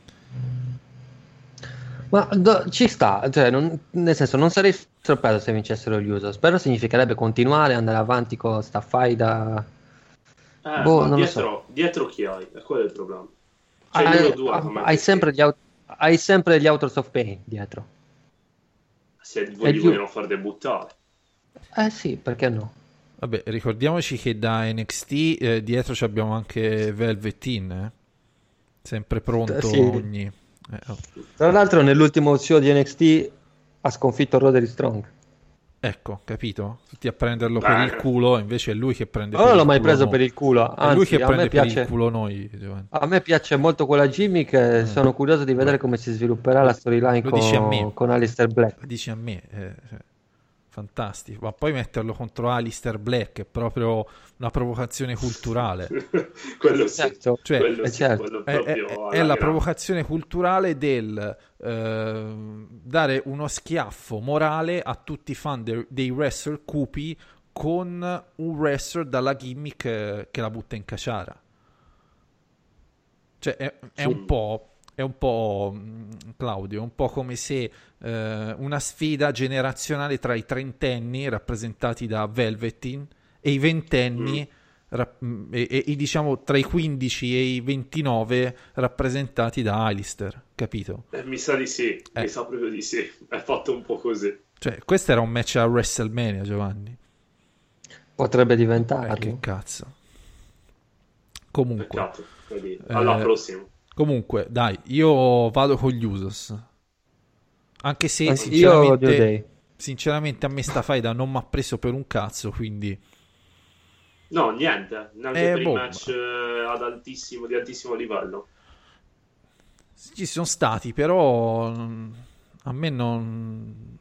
Ma ci sta, cioè, nel senso, non sarei sorpreso se vincessero gli Usos, però significherebbe continuare, andare avanti con sta faida. ma non lo so. dietro chi hai? È quello il problema. Cioè, loro due, hai sempre gli Authors of Pain dietro. Se li vogliono far debuttare. Sì, perché no? Vabbè, ricordiamoci che da NXT dietro ci abbiamo anche Velveteen, sempre pronto Sì. ogni... Tra l'altro nell'ultimo show di NXT Ha sconfitto Roderick Strong. Ecco, capito? Tutti a prenderlo per il culo, invece è lui che prende Non per l'ho il mai culo preso noi. per il culo. È lui che Anzi, a prende me per piace, il culo noi, Giovanni. a me piace molto quella gimmick. Sono curioso di vedere come si svilupperà la storyline Lo dici a me. con Aleister Black. Lo dici a me, cioè, fantastico. Ma poi metterlo contro Aleister Black è proprio una provocazione culturale. Quello sì, Certo. Cioè, quello sì, certo. quello È, proprio è alla la grande. provocazione culturale del dare uno schiaffo morale a tutti i fan dei wrestler cupi con un wrestler dalla gimmick che la butta in caciara. Cioè è un po', Claudio, è un po' come se una sfida generazionale tra i trentenni rappresentati da Velveteen e i ventenni e diciamo tra i 15 e i 29 rappresentati da Aleister, capito? Mi sa di sì, mi sa proprio di sì. È fatto un po' così. Cioè, questo era un match a WrestleMania, Giovanni. Potrebbe Che diventarlo. cazzo. Comunque, Peccato. Quindi, alla prossima. comunque, dai, io vado con gli Usos. Anche se Anzi, io New Day. sinceramente a me sta faida non mi ha preso per un cazzo, quindi No, niente. Neanche per i boh. match di altissimo livello. ci sono stati, però a me non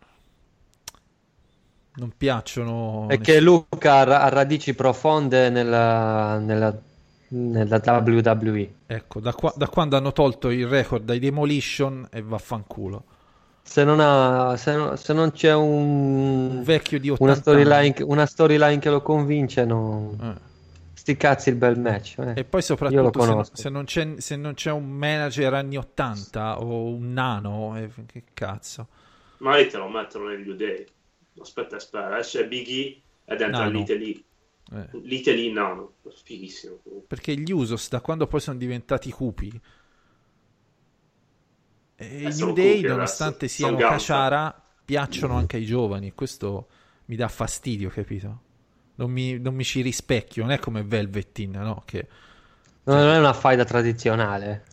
piacciono. È che Luca ha radici profonde nella WWE. Ecco, da quando hanno tolto il record ai Demolition e vaffanculo. Se non c'è un Vecchio di 80 una storyline che lo convince, sti cazzi il bel match. E poi Io lo soprattutto conosco. se non c'è un manager anni 80 o un nano, che cazzo. Ma te lo mettono nel New Day. Aspetta, spera. Esce Big E ed entra Nano. Little E nano. Fighissimo. Perché gli Usos da quando poi sono diventati cupi e i sono New Day, cupi nonostante adesso. siano Sono ganza. caciara, piacciono anche ai giovani. Questo mi dà fastidio, capito? Non mi ci rispecchio, non è come Velveteen, no? Che Non è una faida tradizionale.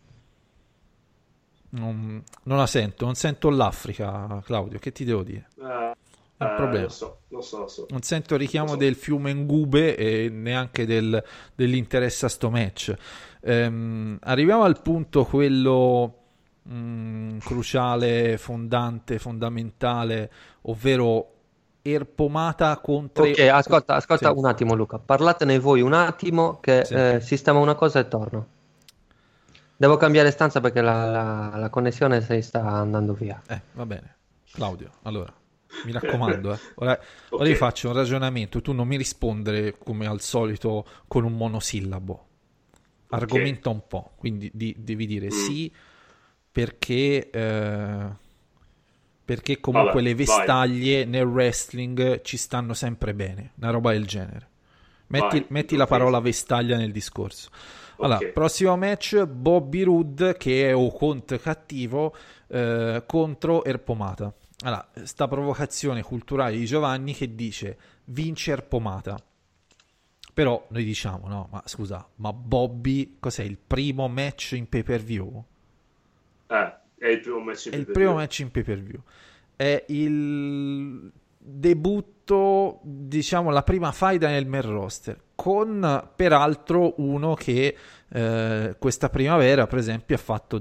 non la sento, non sento l'Africa, Claudio, che ti devo dire? È un problema. Lo so. Non sento il richiamo Lo so. del fiume Ngube e neanche dell'interesse a sto match. Arriviamo al punto quello cruciale, fondamentale, ovvero Erpomata contro... Ok, ascolta Sì. un attimo Luca, parlatene voi un attimo che Sì. sistema una cosa e torno. Devo cambiare stanza perché la connessione si sta andando via. Va bene. Claudio, allora, mi raccomando, ora Ok. io faccio un ragionamento, tu non mi rispondere come al solito con un monosillabo. Argomenta un po', quindi devi dire sì perché comunque Vabbè, le vai. vestaglie nel wrestling ci stanno sempre bene, una roba del genere. Metti Vai, la parola vestaglia nel discorso. Allora, Ok. prossimo match, Bobby Roode che è Oconte cattivo contro Erpomata. Allora, sta provocazione culturale di Giovanni che dice vince Erpomata. Però noi diciamo, no, ma scusa, ma Bobby cos'è il primo match in pay-per-view? È il primo match. È il primo match in pay-per-view. È il debutto, diciamo, la prima faida nel main roster, con peraltro uno che questa primavera, per esempio, ha fatto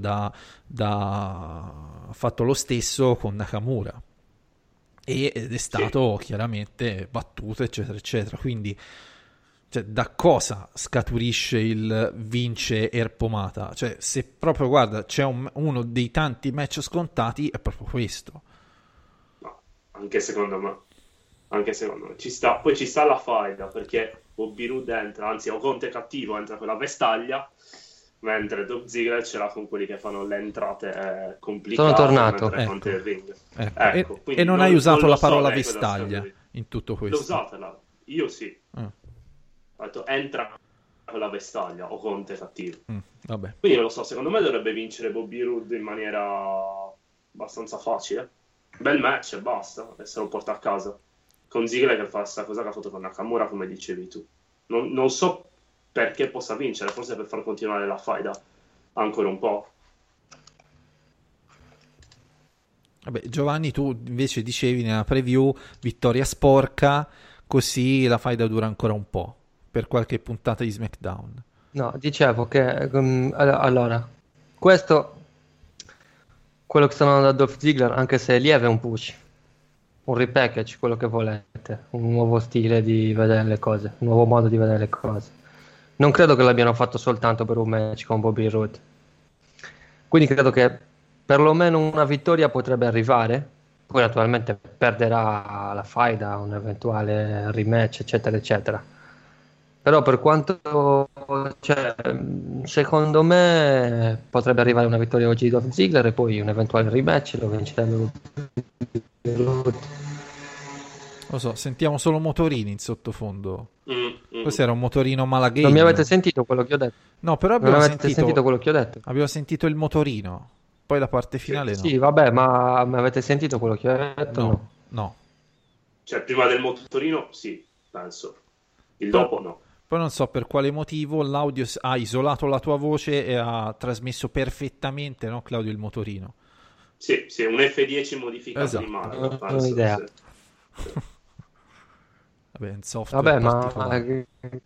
ha fatto lo stesso con Nakamura ed è stato chiaramente battuto, eccetera, eccetera. Quindi, cioè, da cosa scaturisce il vince Erpomata? Cioè, se proprio, guarda, c'è uno dei tanti match scontati, è proprio questo. No, anche secondo me ci sta. Poi ci sta la faida perché Bobby Roode entra, anzi Oconte cattivo entra con la vestaglia, mentre Dolph Ziggler ce l'ha con quelli che fanno le entrate complicate. Sono tornato. mentre Ecco. conta il ring. Ecco. Quindi E non hai usato lo la so parola lei cosa vestaglia scaturisce. in tutto L'ho questo. usata io sì. Ah. Ho detto entra con la vestaglia o Conte cattivo. Vabbè. Quindi non lo so, secondo me dovrebbe vincere Bobby Roode in maniera abbastanza facile. Bel match e basta, e se lo porta a casa. Con Ziggler che fa questa cosa che ha fatto con Nakamura, come dicevi tu. Non so perché possa vincere, forse per far continuare la faida ancora un po'. Vabbè, Giovanni, tu invece dicevi nella preview vittoria sporca, così la faida dura ancora un po', per qualche puntata di SmackDown. No, dicevo che allora, questo, quello che stanno andando da Dolph Ziggler, anche se è lieve, è un push, un repackage, quello che volete, un nuovo stile di vedere le cose, un nuovo modo di vedere le cose. Non credo che l'abbiano fatto soltanto per un match con Bobby Roode. Quindi credo che perlomeno una vittoria potrebbe arrivare. Poi naturalmente perderà la faida, un eventuale rematch, eccetera, eccetera. Però per quanto, cioè, secondo me potrebbe arrivare una vittoria oggi di Dolph Ziggler e poi un eventuale rematch lo vincerebbe. Lo so, sentiamo solo motorini in sottofondo. Questo era un motorino Malagame. Non mi avete sentito quello che ho detto? No, però non abbiamo avete sentito quello che ho detto? Abbiamo sentito il motorino. Poi la parte finale no. Sì, vabbè, ma avete sentito quello che ho detto? No. Cioè, prima del motorino, sì, penso. Il dopo, no. Poi non so per quale motivo l'audio ha isolato la tua voce e ha trasmesso perfettamente, no, Claudio, il motorino. Sì, un F10 modificato esatto. di mano. Non ho idea. Sì. Vabbè, un software particolare.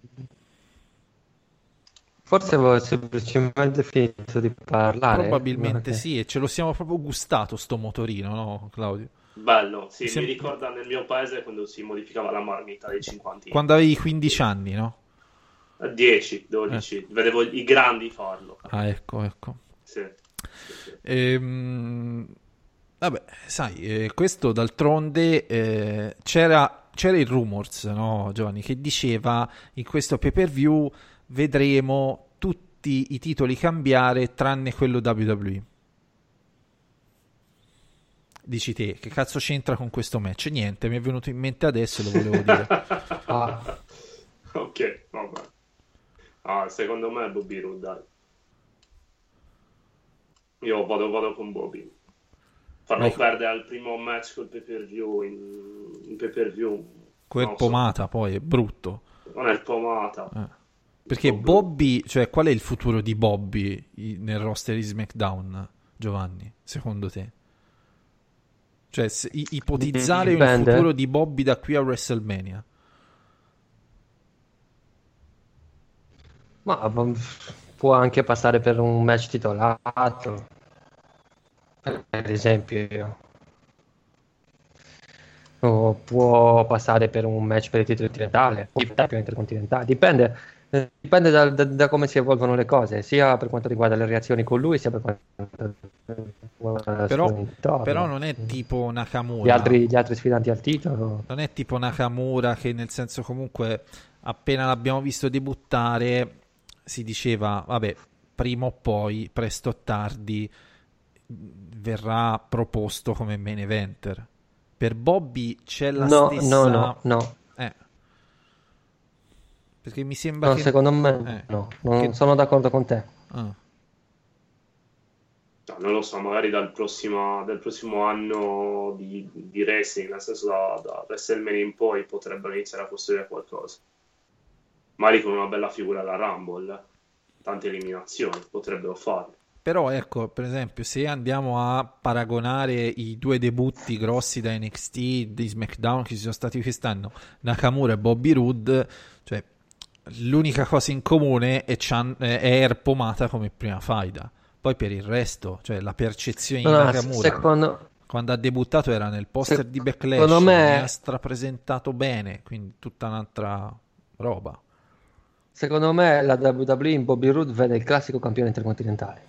Forse avevo semplicemente finito di parlare. Probabilmente sì, e ce lo siamo proprio gustato sto motorino, no, Claudio? Bello, sì, mi ricorda nel mio paese quando si modificava la marmita dei 50. Quando avevi 15 anni, no? 10, 12, vedevo i grandi farlo. Ah, ecco. Sì. Vabbè, sai, questo d'altronde c'era il rumors, no, Giovanni, che diceva in questo pay-per-view vedremo tutti i titoli cambiare tranne quello WWE. Dici te, che cazzo c'entra con questo match? Niente, mi è venuto in mente adesso e lo volevo dire. Ok, vabbè. Secondo me è Bobby Roode, dai. Io vado con Bobby. Farlo perdere al primo match col pay-per-view in pay-per-view. Quel pomata poi è brutto. Non è il pomata. Perché Bobby, cioè qual è il futuro di Bobby nel roster di SmackDown, Giovanni, secondo te? Cioè ipotizzare il futuro di Bobby da qui a WrestleMania. Ma può anche passare per un match titolato, per esempio, o può passare per un match per il titolo intercontinentale, dipende da come si evolvono le cose, sia per quanto riguarda le reazioni con lui, sia per quanto riguarda però non è tipo Nakamura, gli altri sfidanti al titolo. Non è tipo Nakamura, che nel senso comunque appena l'abbiamo visto debuttare si diceva vabbè, prima o poi, presto o tardi verrà proposto come main eventer. Per Bobby c'è la stessa... No. Perché mi sembra no, che... secondo me non sono d'accordo con te. No, non lo so, magari dal prossimo anno di wrestling, nel senso da WrestleMania in poi potrebbero iniziare a costruire qualcosa. Magari con una bella figura alla Rumble, tante eliminazioni, potrebbero farlo. Però ecco, per esempio, se andiamo a paragonare i due debutti grossi da NXT, di SmackDown che ci sono stati quest'anno, Nakamura e Bobby Roode, cioè l'unica cosa in comune è Air pomata come prima faida. Poi per il resto, cioè la percezione di Nakamura quando ha debuttato era nel poster di Backlash, mi ha strapresentato bene, quindi tutta un'altra roba. Secondo me la WWE in Bobby Roode vede il classico campione intercontinentale.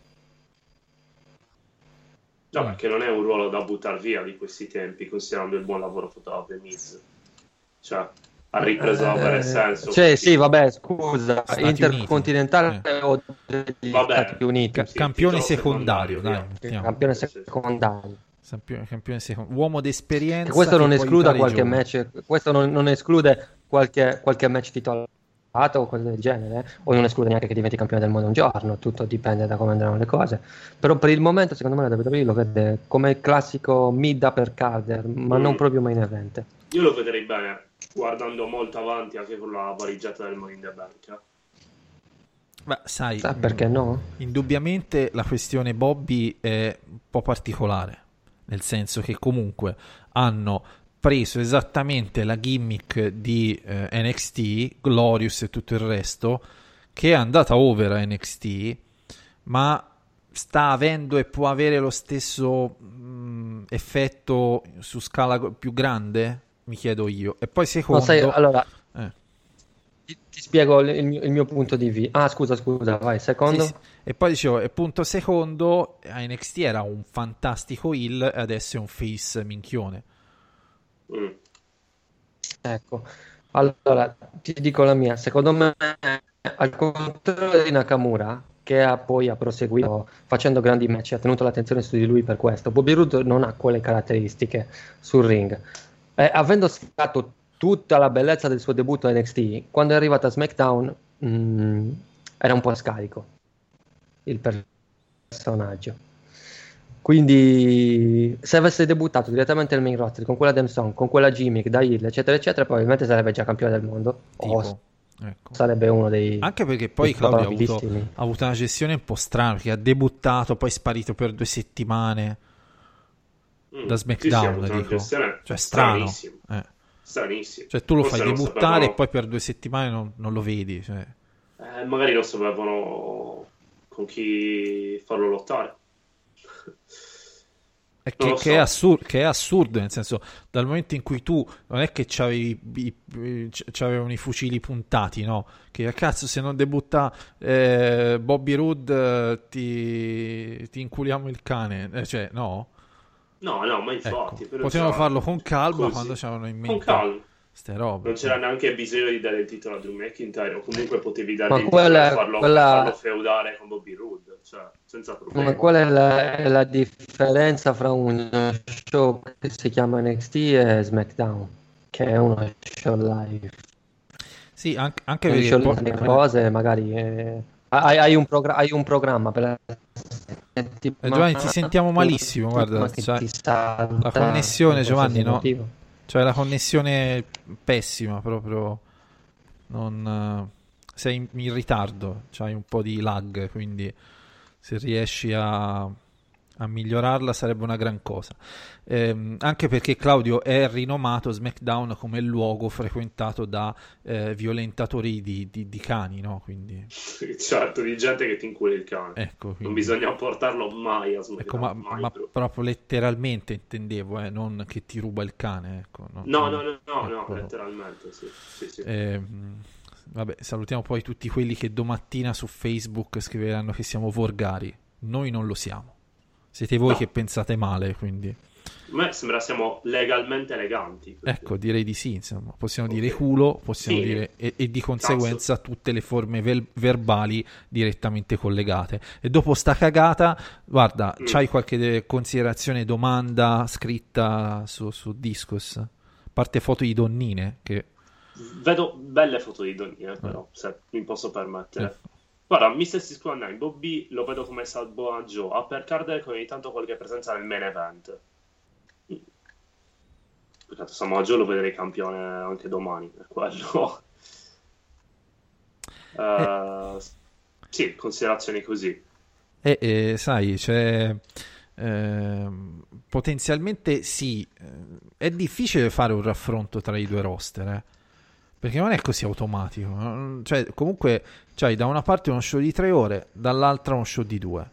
No, perché non è un ruolo da buttare via di questi tempi, considerando il buon lavoro fatto da The Miz. Cioè, ha ripreso a avere senso. Cioè, sì, vabbè, scusa, intercontinentale o degli Stati Uniti. Campione secondario, dai. Campione secondario. Uomo d'esperienza. E questo non esclude qualche match, questo non esclude qualche match titolato o cose del genere, o non esclude neanche che diventi campione del mondo un giorno, tutto dipende da come andranno le cose. Però per il momento secondo me la WWE lo vede come il classico mid upper carder, ma non proprio main event. Io lo vedrei bene, guardando molto avanti anche con la valigetta del Money in the Bank. Beh, sai, perché no? Indubbiamente la questione Bobby è un po' particolare, nel senso che comunque hanno preso esattamente la gimmick di NXT, Glorious e tutto il resto, che è andata over a NXT, ma sta avendo e può avere lo stesso effetto su scala più grande? Mi chiedo io. E poi secondo... No, sai, allora, ti spiego il mio punto di vista. Ah, scusa, vai, secondo? Sì. E poi dicevo, e punto secondo, a NXT era un fantastico heel e adesso è un face minchione. Ecco, allora ti dico la mia. Secondo me, al contrario di Nakamura, che ha proseguito facendo grandi match, ha tenuto l'attenzione su di lui per questo, Bobby Roode non ha quelle caratteristiche sul ring. Avendo sfruttato tutta la bellezza del suo debutto a NXT, quando è arrivato a SmackDown era un po' scarico il personaggio. Quindi se avesse debuttato direttamente nel main roster con quella Song, con quella gimmick da heel, eccetera eccetera, probabilmente sarebbe già campione del mondo. Ecco. Sarebbe uno dei... Anche perché poi Claudio ha avuto una gestione un po' strana, perché ha debuttato, poi è sparito per 2 settimane da SmackDown, dico. Cioè strano. Stranissimo. Cioè tu lo Forse fai debuttare e poi per 2 settimane non lo vedi. Cioè. Magari non sapevano con chi farlo lottare. Che è assurdo, nel senso, dal momento in cui tu non è che c'avevano i fucili puntati, no? Che cazzo, se non debutta Bobby Roode ti inculiamo il cane, cioè no? No, ma infatti potevano farlo con calma così, quando c'erano in mente con calma ste robe. Non c'era neanche bisogno di dare il titolo a Drew McIntyre, o comunque potevi dare il titolo e farlo feudare con Bobby Roode, cioè senza problemi. Ma qual è la differenza fra un show che si chiama NXT e SmackDown, che è uno show live? Sì, anche perché le cose magari hai un programma per Giovanni, ti sentiamo malissimo, guarda, la connessione, Giovanni, no? Cioè la connessione pessima, proprio sei in ritardo, c'hai un po' di lag, quindi se riesci a migliorarla sarebbe una gran cosa. Anche perché Claudio è rinomato SmackDown come il luogo frequentato da violentatori di cani, no? Quindi... Certo, di gente che ti incula il cane. Ecco, quindi... Non bisogna portarlo mai a SmackDown. Ecco, ma proprio letteralmente intendevo, non che ti ruba il cane. Ecco, no, ecco. Letteralmente, sì. Vabbè, salutiamo poi tutti quelli che domattina su Facebook scriveranno che siamo volgari. Noi non lo siamo. Siete voi che pensate male, quindi... A me sembra siamo legalmente eleganti. Perché... Ecco, direi di sì, insomma. Possiamo dire culo, possiamo dire... E di conseguenza tutte le forme verbali direttamente collegate. E dopo sta cagata, guarda, c'hai qualche considerazione, domanda scritta su Discus? A parte foto di donnine, che... Vedo belle foto di donnine, però, se mi posso permettere. Guarda, Mr. 619, Bobby lo vedo come Samoa Joe, Upper Card con ogni tanto qualche presenza nel main event. Peccato, Samoa Joe lo vedrei campione anche domani, per quello. Sì, considerazioni così. Sai, c'è... potenzialmente sì, è difficile fare un raffronto tra i due roster, perché non è così automatico, cioè comunque c'hai da una parte uno show di 3 ore, dall'altra uno show di 2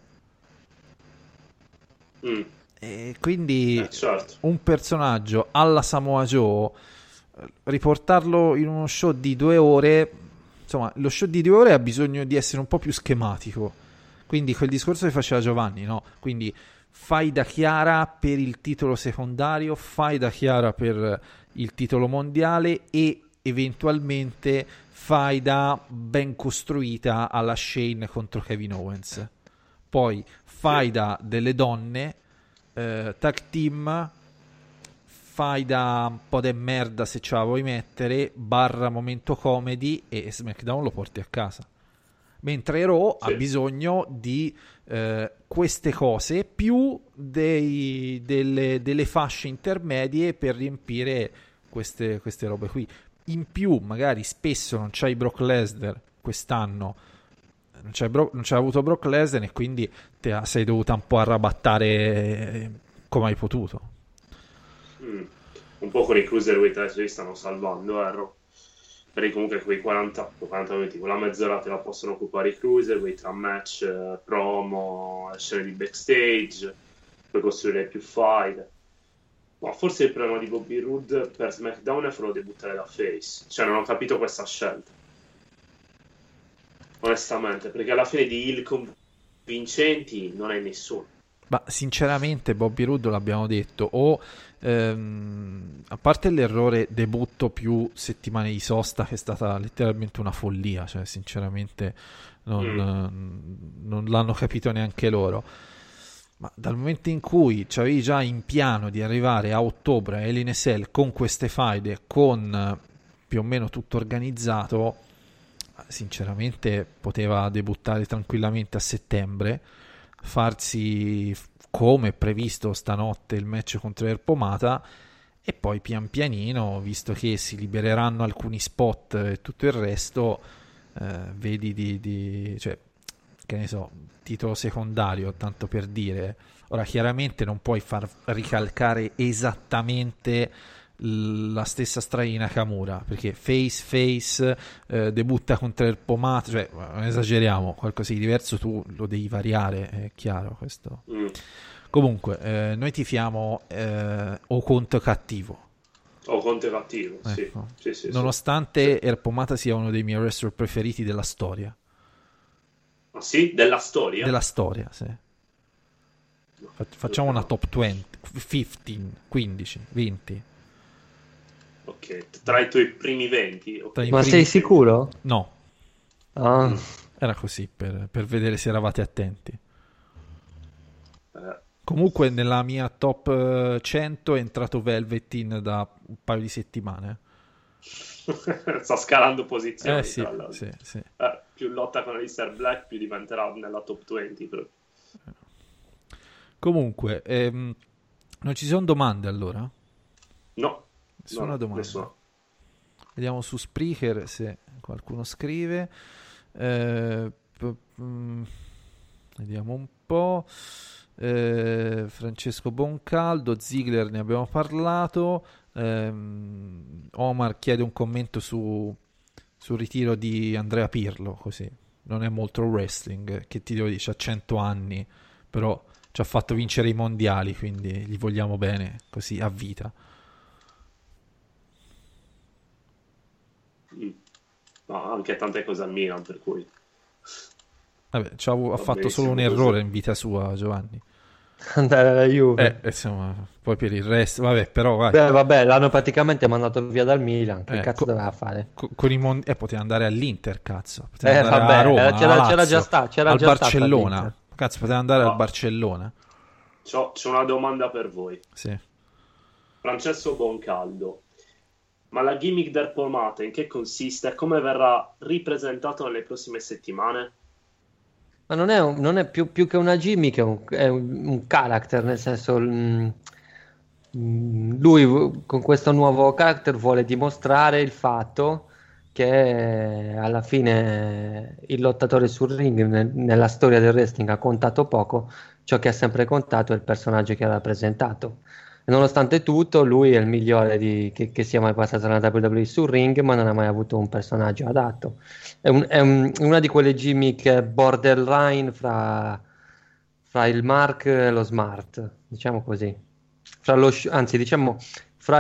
e quindi certo. Un personaggio alla Samoa Joe, riportarlo in uno show di 2 ore, insomma lo show di 2 ore ha bisogno di essere un po' più schematico, quindi quel discorso che faceva Giovanni, no? Quindi fai da Chiara per il titolo secondario, fai da Chiara per il titolo mondiale e eventualmente fai da ben costruita alla Shane contro Kevin Owens, poi fai da delle donne tag team, fai da un po' de merda se ce la vuoi mettere, barra momento comedy, e SmackDown lo porti a casa, mentre Raw ha bisogno di queste cose più delle fasce intermedie per riempire queste robe qui. In più magari spesso non c'hai Brock Lesnar quest'anno, non c'è avuto Brock Lesnar, e quindi sei dovuta un po' arrabattare manco mai potuto. Un po' con i cruiserweight adesso li stanno salvando, perché comunque quei 40 minuti, quella mezz'ora te la possono occupare i cruiserweight tra match, promo, scene di backstage, puoi costruire più fight. Ma forse il problema di Bobby Roode per SmackDown è farlo debuttare da face, cioè non ho capito questa scelta, onestamente, perché alla fine di heel convincenti non è nessuno. Ma sinceramente Bobby Roode, l'abbiamo detto, o a parte l'errore debutto più settimane di sosta, che è stata letteralmente una follia, cioè sinceramente non l'hanno capito neanche loro, ma dal momento in cui c'avevi già in piano di arrivare a ottobre a Hell in a Cell con queste faide, con più o meno tutto organizzato, sinceramente poteva debuttare tranquillamente a settembre, farsi come previsto stanotte il match contro Erpomata e poi pian pianino, visto che si libereranno alcuni spot e tutto il resto, vedi cioè, che ne so, titolo secondario, tanto per dire. Ora chiaramente non puoi far ricalcare esattamente la stessa strada di Nakamura, perché face debutta contro il Pomata, cioè non esageriamo, qualcosa di diverso tu lo devi variare, è chiaro questo. Comunque noi tifiamo o conto cattivo, ecco. Sì, nonostante Erpomata sia uno dei miei wrestler preferiti della storia. Ah sì? Della storia? Della storia, sì. Facciamo una top 20, 15, 20. Ok, tra i tuoi primi 20. Okay. Ma sei sicuro? No. Ah. Era così, per vedere se eravate attenti. Comunque nella mia top 100 è entrato Velveteen da un paio di settimane. Sta scalando posizioni. Sì. Più lotta con Alistair Black, più diventerà nella top 20. Però. Comunque, non ci sono domande allora? No. Nessuna domanda. Nessuna. Vediamo su Spreaker se qualcuno scrive. Vediamo un po'. Francesco Boncaldo, Ziggler ne abbiamo parlato. Omar chiede un commento sul ritiro di Andrea Pirlo, così non è molto wrestling, che ti devo dire, c'ha 100 anni, però ci ha fatto vincere i mondiali, quindi gli vogliamo bene così a vita. Ma anche tante cose al Milan, per cui vabbè, ha fatto solo un errore in vita sua, Giovanni, andare alla Juve. Insomma, poi per il resto vabbè, però vai. Beh, vabbè, l'hanno praticamente mandato via dal Milan, che cazzo doveva fare? Con i poteva andare all'Inter, cazzo, poteva andare vabbè, a Roma, c'era già al Barcellona, cazzo, poteva andare al Barcellona. C'ho una domanda per voi. Sì. Francesco Boncaldo, ma la gimmick del Pomata in che consiste? Come verrà ripresentato nelle prossime settimane? Ma non è più che una gimmick, è un character, nel senso lui con questo nuovo character vuole dimostrare il fatto che alla fine il lottatore sul ring nella storia del wrestling ha contato poco, ciò che ha sempre contato è il personaggio che ha rappresentato. E nonostante tutto lui è il migliore che sia mai passato nella WWE sul ring, ma non ha mai avuto un personaggio adatto. È una di quelle gimmick borderline fra il Mark e lo Smart, diciamo così, fra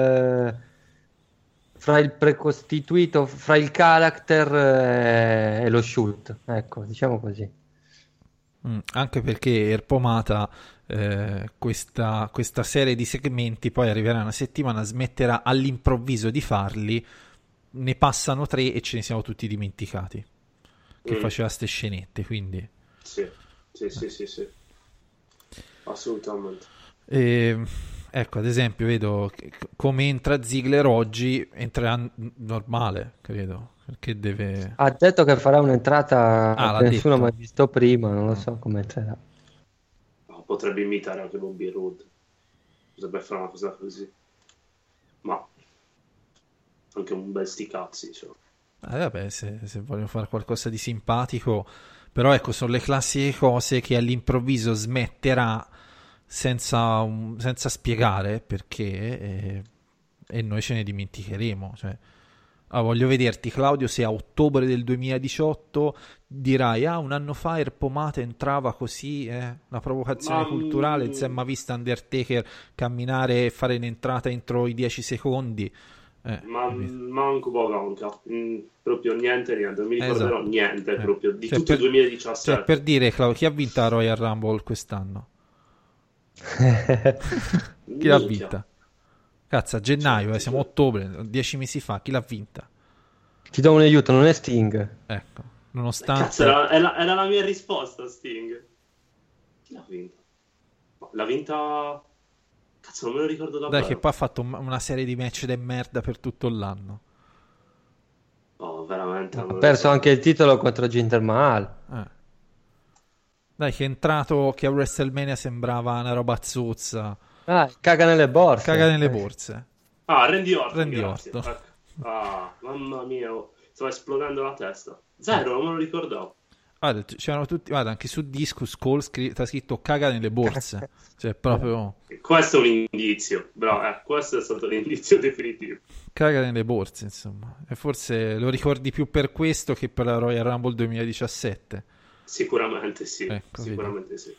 il precostituito, fra il character e lo shoot, ecco, diciamo così. Anche perché Erpomata questa serie di segmenti poi arriverà una settimana, smetterà all'improvviso di farli, ne passano 3 e ce ne siamo tutti dimenticati che faceva ste scenette, quindi sì. Assolutamente. Ecco, ad esempio vedo come entra Ziggler oggi, entrerà normale, credo, perché deve... Ha detto che farà un'entrata che nessuno ha mai visto prima, non lo so come entrerà. Potrebbe imitare anche Bobby Roode, potrebbe fare una cosa così, ma anche un bel sti cazzi, cioè. Vabbè, se vogliono fare qualcosa di simpatico, però ecco, sono le classiche cose che all'improvviso smetterà senza spiegare perché, e noi ce ne dimenticheremo. Cioè, voglio vederti, Claudio, se a ottobre del 2018 dirai un anno fa Air Pomata entrava così, una provocazione culturale, non si è mai vista Undertaker camminare e fare un'entrata entro i 10 secondi. Manco poco, proprio niente, non mi ricorderò niente proprio di tutto il 2017. Cioè, per dire, Claudio, chi ha vinto la Royal Rumble quest'anno? Chi l'ha vinta? Cazzo, a gennaio, siamo a ottobre, 10 mesi fa, chi l'ha vinta? Ti do un aiuto, non è Sting. Ecco, nonostante... Cazzo, era la mia risposta, Sting. Chi l'ha vinta? L'ha vinta... Cazzo, non me lo ricordo davvero. Dai, che poi ha fatto una serie di match de merda per tutto l'anno. Oh, veramente. Ha perso anche il titolo contro Jinder Mahal. Dai, che è entrato, che a WrestleMania sembrava una roba zozza. Caga nelle borse. Caga nelle borse. Randy Orton. Randy Grazie. Orton. Mamma mia, stava esplodendo la testa. Zero, non me lo ricordavo. Guarda, c'erano tutti, guarda, anche su Discus Call sta scritto caga nelle borse. Cioè, proprio... Questo è un indizio, bravo, questo è stato l'indizio definitivo. Caga nelle borse, insomma. E forse lo ricordi più per questo che per la Royal Rumble 2017. Sicuramente sì, Ecco, sicuramente sì.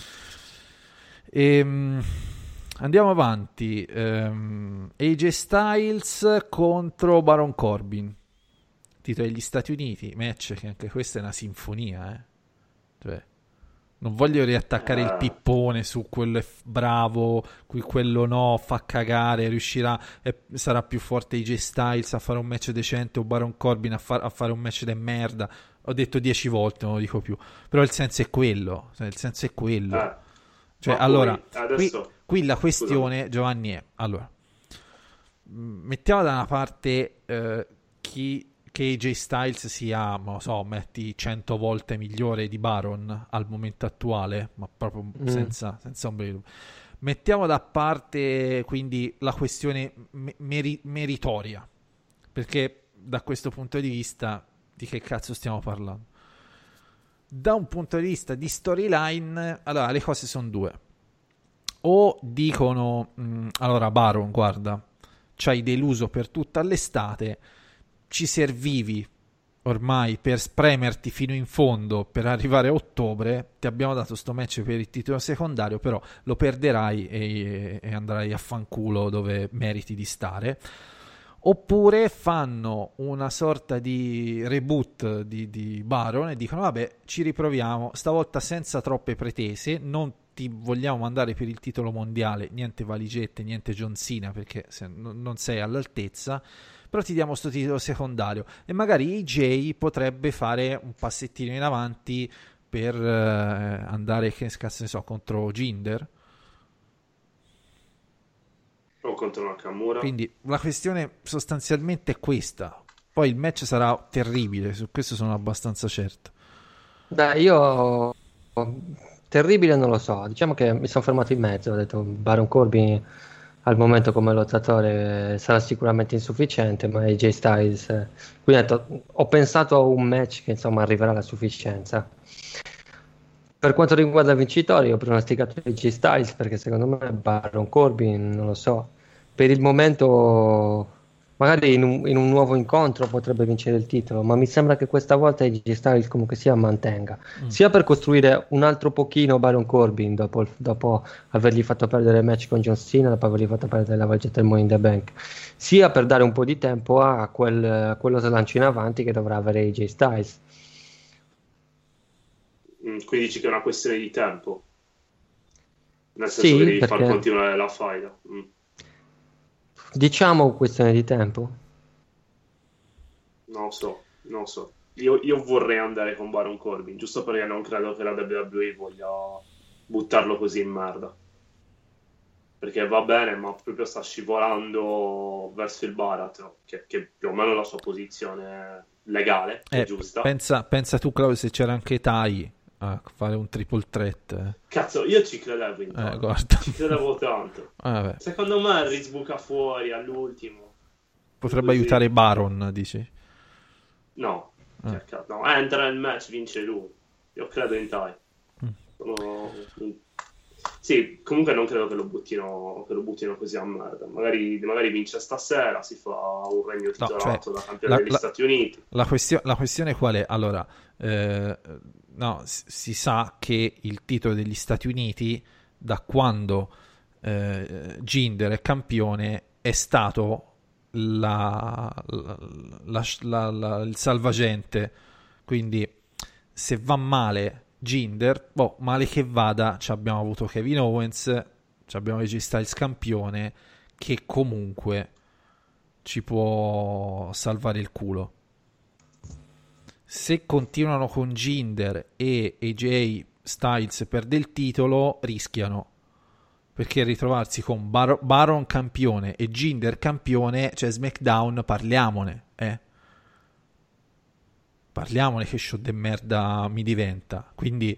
Andiamo avanti. AJ Styles contro Baron Corbin, titolo degli Stati Uniti, match che anche questa è una sinfonia, cioè, non voglio riattaccare il pippone su quello è bravo, quello no, fa cagare, riuscirà, sarà più forte AJ Styles a fare un match decente o Baron Corbin a fare un match de merda. Ho detto 10 volte, non lo dico più, però il senso è quello, cioè, allora, adesso... qui la questione, Giovanni, è, allora, mettiamo da una parte che AJ Styles sia, non lo so, metti 100 volte migliore di Baron al momento attuale, ma proprio senza ombra di dubbio. Mettiamo da parte quindi la questione meritoria, perché da questo punto di vista di che cazzo stiamo parlando? Da un punto di vista di storyline, allora le cose sono due. O dicono allora Baron, guarda, ci hai deluso per tutta l'estate, ci servivi ormai per spremerti fino in fondo per arrivare a ottobre, ti abbiamo dato sto match per il titolo secondario, però lo perderai e andrai a fanculo dove meriti di stare. Oppure fanno una sorta di reboot di Baron e dicono vabbè, ci riproviamo, stavolta senza troppe pretese, non ti vogliamo mandare per il titolo mondiale, niente valigette, niente John Cena perché non sei all'altezza, però ti diamo sto titolo secondario e magari AJ potrebbe fare un passettino in avanti per andare, che cazzo ne so, contro Jinder o contro Nakamura. Quindi la questione sostanzialmente è questa. Poi il match sarà terribile, su questo sono abbastanza certo. Dai, io terribile non lo so, diciamo che mi sono fermato in mezzo, ho detto Baron Corbin al momento come lottatore sarà sicuramente insufficiente, ma AJ Styles quindi ho pensato a un match che insomma arriverà alla sufficienza. Per quanto riguarda il vincitore, ho pronosticato AJ Styles perché secondo me Baron Corbin, non lo so, per il momento magari in un nuovo incontro potrebbe vincere il titolo, ma mi sembra che questa volta AJ Styles comunque sia mantenga, sia per costruire un altro pochino Baron Corbin dopo avergli fatto perdere il match con John Cena, dopo avergli fatto perdere la valigetta del Money in the Bank, sia per dare un po' di tempo a quello slancio in avanti che dovrà avere AJ Styles. Quindi dici che è una questione di tempo, nel senso che devi far continuare la faida. Diciamo questione di tempo. Non so. Io vorrei andare con Baron Corbin, giusto perché non credo che la WWE voglia buttarlo così in merda, perché va bene, ma proprio sta scivolando verso il baratro, che più o meno la sua posizione legale è giusta. Pensa tu, Claudio, se c'era anche Tai a fare un triple threat. Cazzo, io ci credevo guarda. Ci credevo tanto. Secondo me risbuca fuori all'ultimo. Potrebbe così aiutare Baron, dici? No, entra nel match, vince lui. Io credo in Tai. Sì, comunque non credo che lo buttino così a merda. Magari vince stasera, si fa un regno titolato da campione degli Stati Uniti. La questione qual è? Allora, no, si sa che il titolo degli Stati Uniti, da quando Jinder è campione, è stato il salvagente. Quindi se va male Jinder, male che vada, abbiamo avuto Kevin Owens, abbiamo AJ Styles campione, che comunque ci può salvare il culo. Se continuano con Jinder e AJ Styles perde il titolo, rischiano, perché ritrovarsi con Baron campione e Jinder campione, cioè SmackDown, parliamone che show de merda mi diventa. Quindi,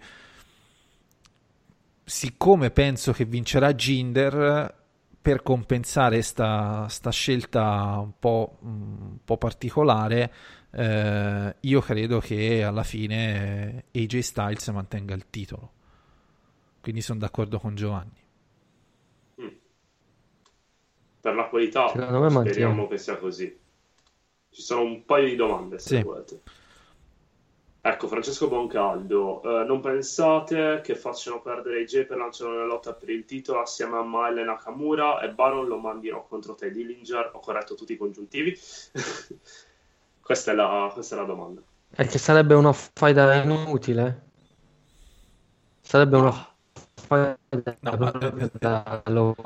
siccome penso che vincerà Jinder, per compensare sta scelta un po' particolare, io credo che alla fine AJ Styles mantenga il titolo. Quindi sono d'accordo con Giovanni. Per la qualità speriamo che sia così. Ci sono un paio di domande, se volete. Ecco, Francesco Boncaldo, non pensate che facciano perdere AJ per lanciare una lotta per il titolo assieme a Maile Nakamura e Baron lo mandino contro Ty Dillinger? Ho corretto tutti i congiuntivi? Questa è la domanda. È che sarebbe una faida inutile. Sarebbe una faida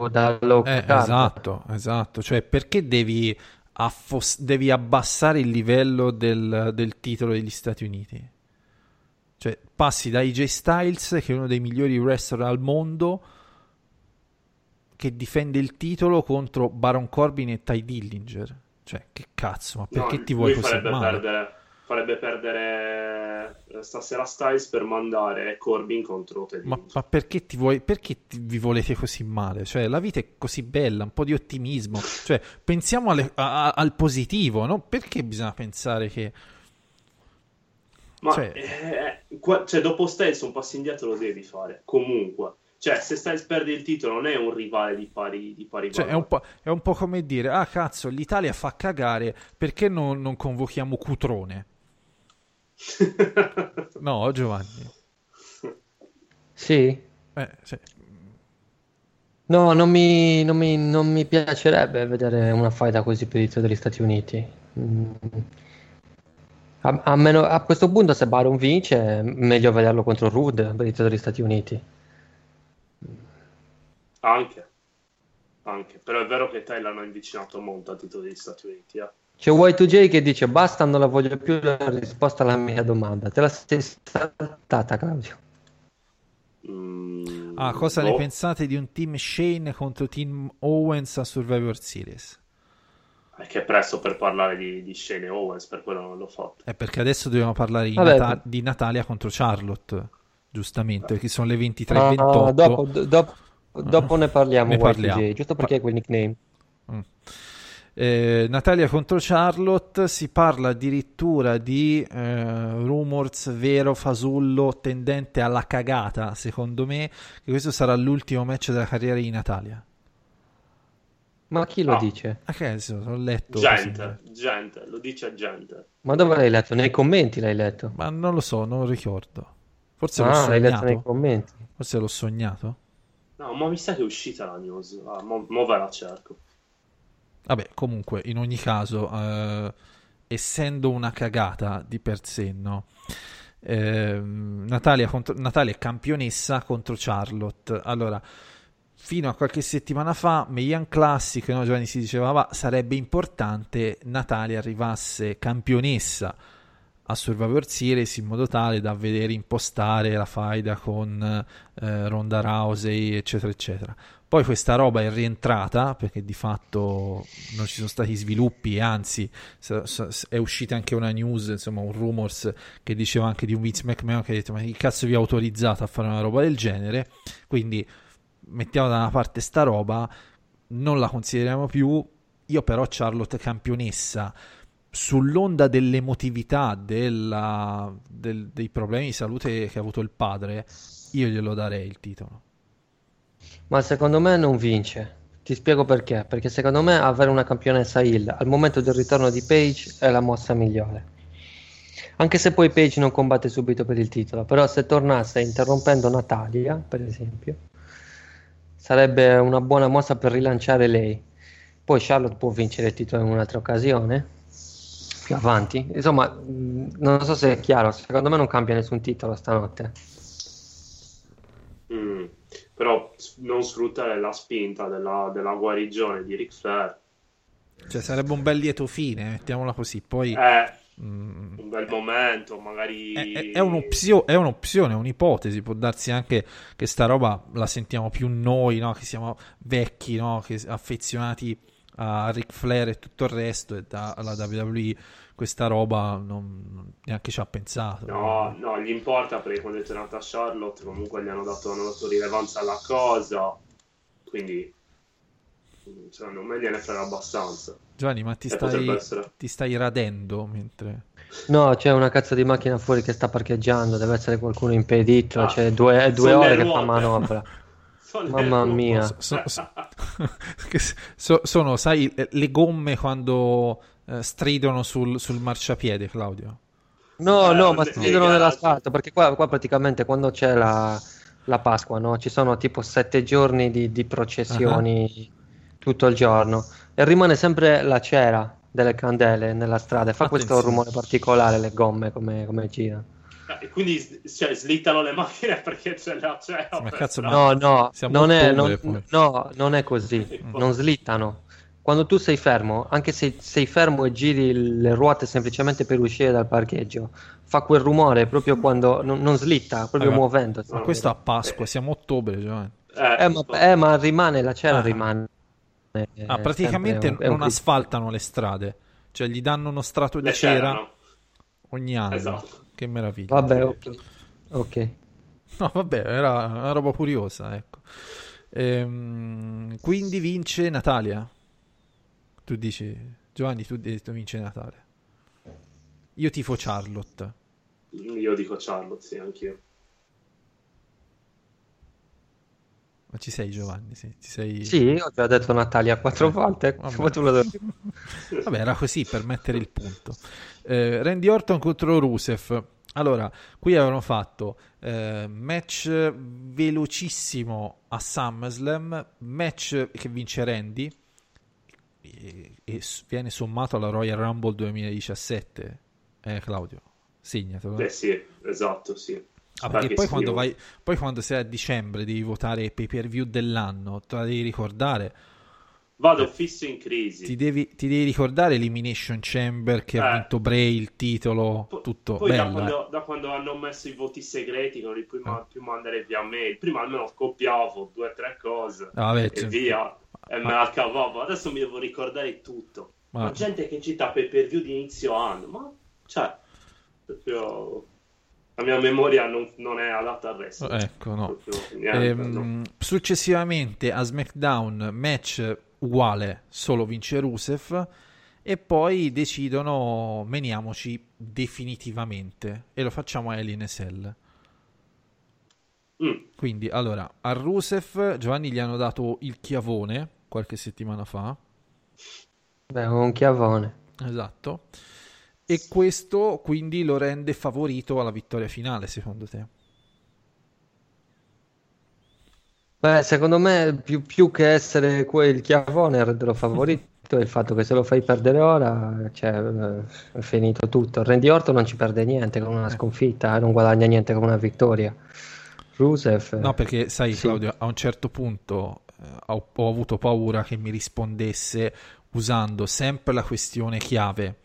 esatto. Cioè, perché devi abbassare il livello del titolo degli Stati Uniti? Cioè, passi da AJ Styles, che è uno dei migliori wrestler al mondo, che difende il titolo, contro Baron Corbin e Ty Dillinger. Cioè, che cazzo, ma perché ti vuoi così male? Farebbe perdere stasera Styles per mandare Corbin contro Ty Dillinger. Ma perché vi volete così male? Cioè, la vita è così bella, un po' di ottimismo. Cioè, pensiamo al positivo, no? Perché bisogna pensare che... Ma cioè, dopo Styles un passo indietro lo devi fare, comunque. Cioè, se Styles perde il titolo non è un rivale di pari cioè, è un po' come dire: ah, cazzo, l'Italia fa cagare, perché non convochiamo Cutrone? No, Giovanni? Sì? Sì. No, non mi piacerebbe vedere una faida così per il titolo degli Stati Uniti. A questo punto, se Baron vince, è meglio vederlo contro Rude per il titolo degli Stati Uniti. Anche. Però è vero che Ty l'hanno avvicinato molto al titolo degli Stati Uniti. C'è Y2J che dice: basta, non la voglio più la risposta alla mia domanda. Te la sei saltata, Claudio? Cosa ne pensate di un team Shane contro team Owens a Survivor Series? È che è presto per parlare di Shane e Owens, per quello non l'ho fatto. È perché adesso dobbiamo parlare di Natalia contro Charlotte, giustamente, perché sono le 23:28. Dopo ne parliamo, Y2J, giusto perché è quel nickname. Natalia contro Charlotte, si parla addirittura di rumors vero fasullo tendente alla cagata, secondo me, che questo sarà l'ultimo match della carriera di Natalia. Ma chi lo dice? Che adesso l'ho letto. Gente, lo dice gente. Ma dove l'hai letto? Nei commenti l'hai letto? Ma non lo so, non lo ricordo. Forse l'ho sognato. L'hai letto nei commenti. Forse l'ho sognato. No, ma mi sa che è uscita la news. Mo ve la cerco. Vabbè, comunque, in ogni caso, essendo una cagata di per sé, no? Natalia è campionessa contro Charlotte. Allora, fino a qualche settimana fa, Mae Classic, no, Giovanni, si diceva sarebbe importante Natalia arrivasse campionessa a Survivor Series, in modo tale da vedere impostare la faida con Ronda Rousey, eccetera eccetera. Poi questa roba è rientrata, perché di fatto non ci sono stati sviluppi, e anzi è uscita anche una news, insomma un rumors che diceva anche di un Vince McMahon che ha detto: ma chi cazzo vi ha autorizzato a fare una roba del genere? Quindi mettiamo da una parte sta roba, non la consideriamo più. Io però Charlotte campionessa, sull'onda dell'emotività dei problemi di salute che ha avuto il padre, io glielo darei il titolo. Ma secondo me non vince. Ti spiego perché. Perché secondo me avere una campionessa heel al momento del ritorno di Paige è la mossa migliore. Anche se poi Paige non combatte subito per il titolo, però se tornasse interrompendo Natalia, per esempio, sarebbe una buona mossa per rilanciare lei. Poi Charlotte può vincere il titolo in un'altra occasione, più avanti. Insomma, non so se è chiaro, secondo me non cambia nessun titolo stanotte. Però non sfruttare la spinta della guarigione di Ric Flair. Cioè sarebbe un bel lieto fine, mettiamola così. Poi un bel momento, magari è un'opzione, è un'ipotesi. Può darsi anche che sta roba la sentiamo più noi, no? Che siamo vecchi, no? Che affezionati a Ric Flair e tutto il resto, e alla WWE questa roba neanche ci ha pensato. No, gli importa, perché quando è tornata Charlotte comunque gli hanno dato rilevanza alla cosa, quindi secondo me gliene frega abbastanza. Giovanni, ma ti stai radendo mentre... No, c'è una cazzo di macchina fuori che sta parcheggiando, deve essere qualcuno impedito, c'è due ore che fa manovra. Mamma mia. Sono, sai, le gomme quando stridono sul marciapiede, Claudio. No, ma stridono nell'asfalto, perché qua praticamente quando c'è la Pasqua, no? Ci sono tipo 7 giorni di processioni tutto il giorno e rimane sempre la cera delle candele nella strada e fa questo rumore particolare, le gomme come girano. E quindi slittano le macchine perché c'è la cera. No, non è così, non slittano. Quando tu sei fermo, anche se sei fermo e giri le ruote semplicemente per uscire dal parcheggio, fa quel rumore proprio quando non slitta, proprio muovendosi. Ma questo a Pasqua, siamo a ottobre, Giovanni. Ma rimane, la cera rimane. Praticamente non asfaltano le strade, cioè gli danno uno strato di cera ogni anno. Esatto. Che meraviglia. Vabbè, ok. No, vabbè, era una roba curiosa, ecco. Quindi vince Natalia. Tu dici, Giovanni, tu vince Natalia. Io tifo Charlotte. Io dico Charlotte, sì, anch'io. Ma ci sei, Giovanni? Sì, Sì, ho già detto Natalia 4 volte. Vabbè, era così per mettere il punto. Randy Orton contro Rusev. Allora, qui avevano fatto match velocissimo a SummerSlam, match che vince Randy e viene sommato alla Royal Rumble 2017. Claudio, segnatelo. Sì, esatto, sì. Perché poi quando sei a dicembre devi votare il pay per view dell'anno, te la devi ricordare. Vado fisso in crisi. Ti devi ricordare Elimination Chamber che ha vinto Bray il titolo, tutto poi bello. da quando hanno messo i voti segreti non li puoi più mandare via mail. Prima almeno copiavo 2 o 3 cose e via, e me la cavavo. Adesso mi devo ricordare tutto. Ma gente che cita pay per view di inizio anno, ma cioè proprio la mia memoria non è adatta al resto. Ecco, no. No. Successivamente a SmackDown match uguale, solo vince Rusev e poi decidono meniamoci definitivamente e lo facciamo a Hell in a Cell. Quindi allora a Rusev Giovanni gli hanno dato il chiavone qualche settimana fa. Un chiavone, esatto, e questo quindi lo rende favorito alla vittoria finale, secondo te? Beh, secondo me più che essere il chiavone, renderlo favorito è il fatto che se lo fai perdere ora, cioè, è finito tutto. Randy Orton non ci perde niente con una sconfitta, non guadagna niente con una vittoria. Rusev... No, perché sai, Claudio, a un certo punto ho avuto paura che mi rispondesse usando sempre la questione chiave,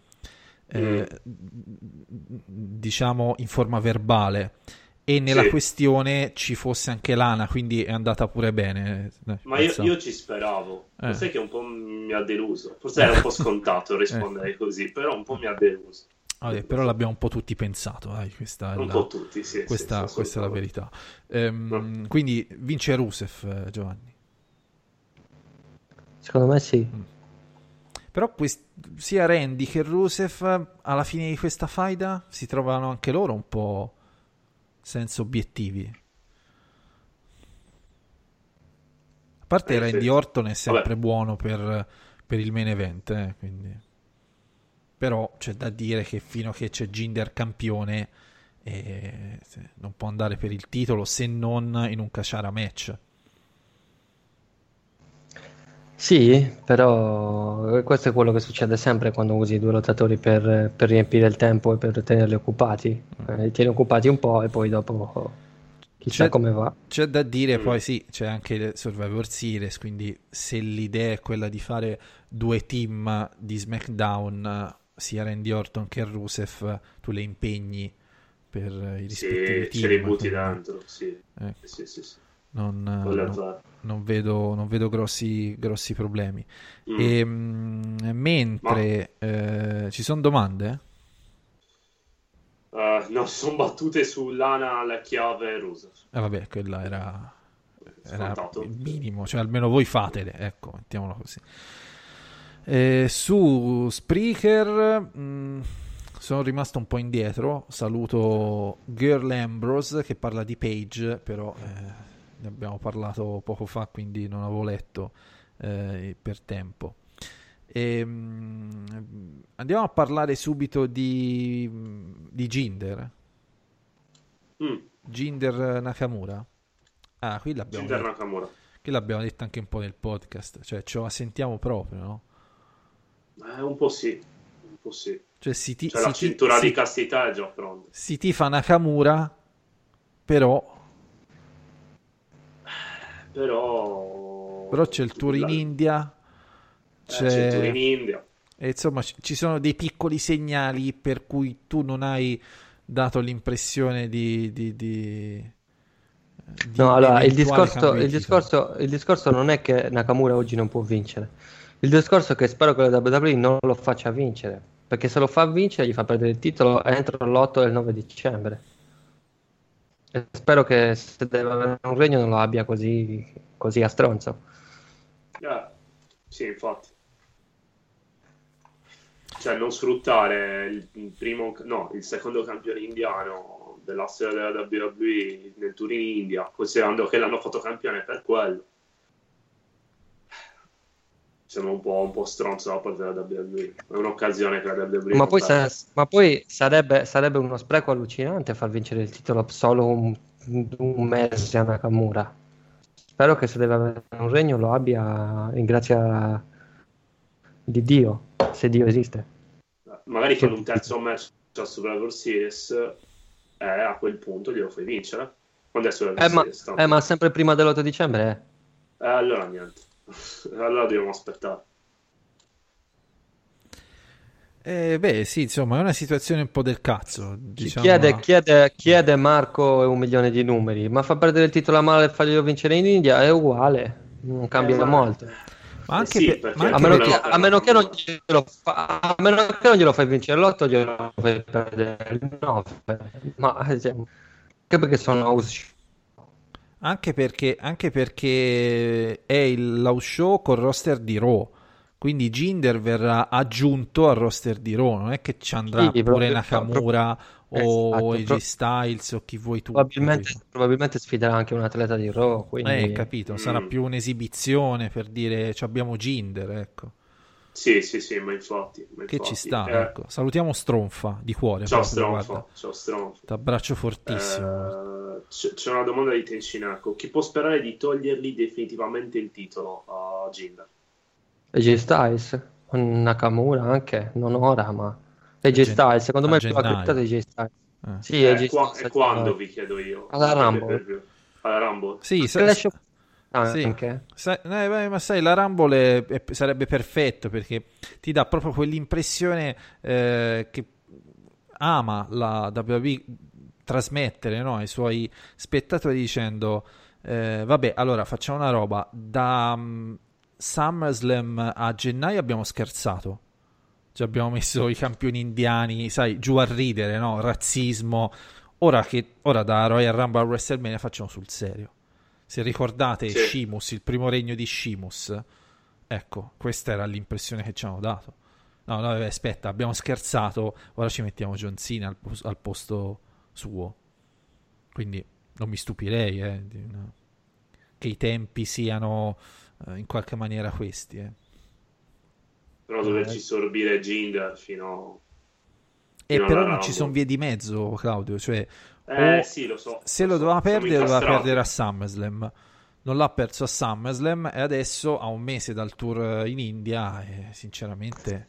diciamo in forma verbale, e nella questione ci fosse anche Lana, quindi è andata pure bene. Ma io ci speravo. Sai che un po' mi ha deluso. Forse era un po' scontato rispondere così, però un po' mi ha deluso. Vabbè, però l'abbiamo un po' tutti pensato, questa è po' tutti, sì, questa è la verità. Quindi vince Rusev, Giovanni. Secondo me sì. Però sia Randy che Rusev alla fine di questa faida si trovano anche loro un po' senza obiettivi. parte Randy Orton è sempre Vabbè. buono per il main event, quindi. Però c'è da dire che fino a che c'è Jinder campione non può andare per il titolo se non in un Kashara match. Sì, però questo è quello che succede sempre quando usi due lottatori per riempire il tempo e per tenerli occupati. Li tieni occupati un po' e poi dopo chissà come va. C'è da dire poi sì, c'è anche il Survivor Series, quindi se l'idea è quella di fare due team di SmackDown, sia Randy Orton che Rusev, tu le impegni per i rispettivi team. Ce li butti quindi, dentro, sì. Sì. Non vedo grossi problemi. Mentre ci sono domande? No, sono battute su Lana, la chiave e Rusev. Vabbè, quella era il minimo, cioè almeno voi fatele, ecco, mettiamolo così. Su Spreaker sono rimasto un po' indietro. Saluto Girl Ambrose che parla di Paige, però ne abbiamo parlato poco fa, quindi non avevo letto per tempo. Andiamo a parlare subito di Jinder. Jinder Nakamura. Qui l'abbiamo Jinder detto. Nakamura. Qui l'abbiamo detto anche un po' nel podcast, cioè ce la sentiamo proprio, no? Un po' sì. Cioè, la cintura di castità è già pronta. Si tifa Nakamura, però c'è il tour in India, c'è il tour in India, e insomma ci sono dei piccoli segnali per cui tu non hai dato l'impressione No, allora il discorso non è che Nakamura oggi non può vincere. Il discorso è che spero che la WWE non lo faccia vincere, perché se lo fa vincere gli fa perdere il titolo entro l'8 e il 9 dicembre. E spero che se deve avere un regno non lo abbia così a stronzo. Sì, infatti. Cioè non sfruttare il secondo campione indiano della storia della WWE nel tour in India, considerando che l'hanno fatto campione per quello. Sembra un po' stronzo da parte della WWE. È un'occasione che la WWE ma poi sarebbe uno spreco allucinante far vincere il titolo solo un mese a Nakamura. Spero che se deve avere un regno lo abbia in grazia di Dio, se Dio esiste. Magari con un terzo match a Survivor Series a quel punto glielo fai vincere. Quando è Survivor Series? Ma sempre prima dell'8 dicembre? Allora niente. Allora dobbiamo aspettare. Sì, insomma, è una situazione un po' del cazzo. Diciamo. Chiede Marco 1 milione di numeri, ma fa perdere il titolo a male e farglielo vincere in India è uguale, non cambia molto. Ma anche a meno che non glielo fai vincere l'8, glielo fai perdere il 9. Ma anche perché sono house. Anche perché è l'house show col roster di Raw, quindi Jinder verrà aggiunto al roster di Raw, non è che ci andrà pure Nakamura o AJ Styles o chi vuoi tu. Probabilmente sfiderà anche un atleta di Raw, quindi... capito, sarà più un'esibizione per dire abbiamo Jinder, ecco. Sì, ma infatti. Che ci sta, ecco. Salutiamo Stronfa di cuore. Ciao Stronfa. T'abbraccio fortissimo. C'è una domanda di Tencinako. Chi può sperare di togliergli definitivamente il titolo a Jinder? AJ Styles, Nakamura anche, non ora, ma AJ Styles, secondo me è più acreditato AJ Styles. Sì, AJ Styles. E quando vi chiedo io? Alla Rumble. Sì, anche. Ma sai, la Rumble sarebbe perfetto perché ti dà proprio quell'impressione che ama la WWE trasmettere, no, ai suoi spettatori dicendo vabbè, allora facciamo una roba da SummerSlam a gennaio abbiamo scherzato, ci abbiamo messo i campioni indiani, sai, giù a ridere, no, razzismo. Ora da Royal Rumble a WrestleMania facciamo sul serio. Se ricordate Sheamus, il primo regno di Sheamus, ecco, questa era l'impressione che ci hanno dato. No, aspetta, abbiamo scherzato, ora ci mettiamo John Cena al posto suo. Quindi non mi stupirei che i tempi siano in qualche maniera questi. Però doverci sorbire Jinder fino Però alla non Rumble. ci sono vie di mezzo, Claudio, cioè Sì, lo so. se lo so. doveva Siamo perdere, lo doveva incastrati. perdere a SummerSlam. Non l'ha perso a SummerSlam e adesso a un mese dal tour in India e sinceramente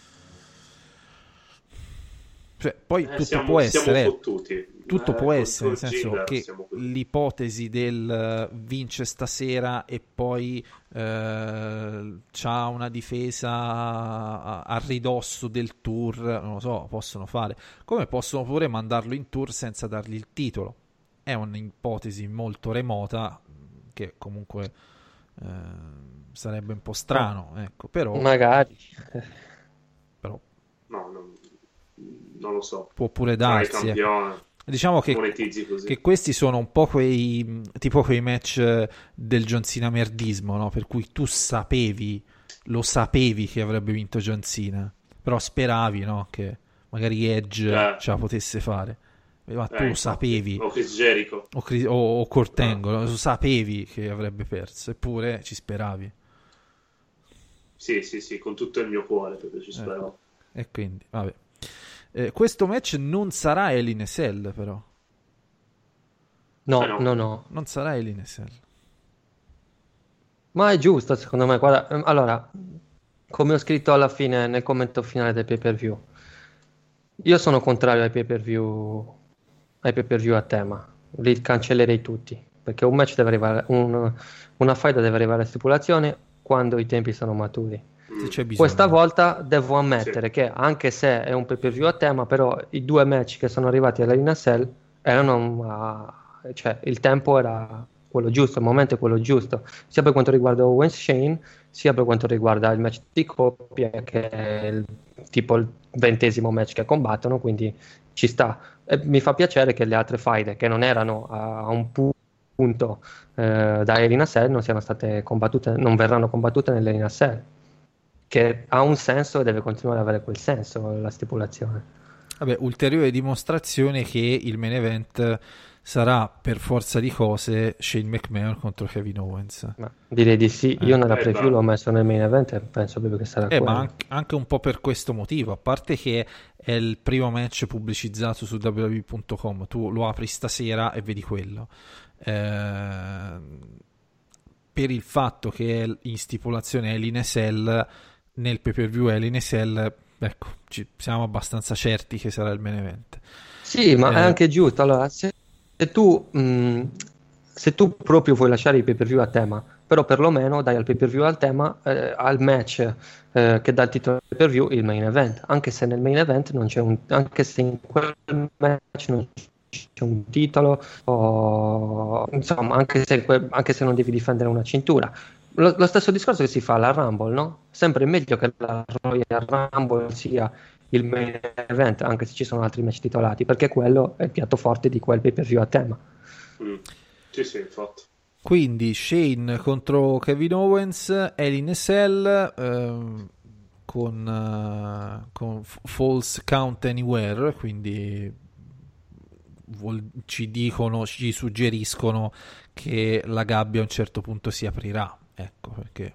cioè, poi tutto può essere fottuti. tutto può Col essere, nel tour senso Jinder che siamo così. l'ipotesi del vince stasera e poi c'ha una difesa a ridosso del tour, non lo so, possono fare, come possono pure mandarlo in tour senza dargli il titolo. È un'ipotesi molto remota che comunque sarebbe un po' strano, ecco, però Magari. però No, non lo so. può pure Sarai darsi. campione. Diciamo che Monetizzi così. che questi sono un po' tipo quei match del John Cena merdismo, no? Per cui tu lo sapevi che avrebbe vinto John Cena, però speravi, no? Che magari Edge ce la potesse fare, ma tu lo sapevi, O Chris Jericho. o Kurt Angle, lo sapevi che avrebbe perso, eppure ci speravi. Sì, con tutto il mio cuore, perché ci speravo. E quindi, vabbè. Questo match non sarà Hell in a Cell, però. No. Non sarà Hell in a Cell. Ma è giusto, secondo me. Guarda, allora, come ho scritto alla fine nel commento finale del pay-per-view, io sono contrario ai pay-per-view a tema. Li cancellerei tutti, perché un match deve arrivare, una fight deve arrivare a stipulazione quando i tempi sono maturi. Se c'è bisogno. Questa volta devo ammettere che anche se è un pay-per-view a tema, però i due match che sono arrivati all'Arena Cell erano cioè il tempo era quello giusto, il momento è quello giusto, sia per quanto riguarda Owens Shane, sia per quanto riguarda il match di coppia, che è il 20° match che combattono, quindi ci sta. E mi fa piacere che le altre faide che non erano a un punto da Arena Cell non siano state combattute, non verranno combattute nell'Arena Cell, che ha un senso e deve continuare ad avere quel senso la stipulazione. Vabbè, ulteriore dimostrazione che il main event sarà per forza di cose Shane McMahon contro Kevin Owens. Ma direi di sì, io nella preview l'ho messo nel main event e penso proprio che sarà quello. Ma anche un po' per questo motivo, a parte che è il primo match pubblicizzato su www.com, tu lo apri stasera e vedi quello. Per il fatto che è in stipulazione Hell in a Cell, nel pay-per-view Hell in a Cell, ecco, siamo abbastanza certi che sarà il main event. Sì, ma è anche giusto. Allora, se tu proprio vuoi lasciare il pay-per-view a tema, però perlomeno dai al pay-per-view al tema, al match che dà il titolo al pay-per-view il main event, anche se nel main event non c'è anche se in quel match non c'è un titolo, o insomma, anche se non devi difendere una cintura. Lo stesso discorso che si fa alla Rumble, no? Sempre meglio che la Royal Rumble sia il main event, anche se ci sono altri match titolati, perché quello è il piatto forte di quel pay-per-view a tema. Sì, infatti. Quindi Shane contro Kevin Owens, Hell in a Cell, con False Count Anywhere, quindi ci suggeriscono che la gabbia a un certo punto si aprirà, ecco perché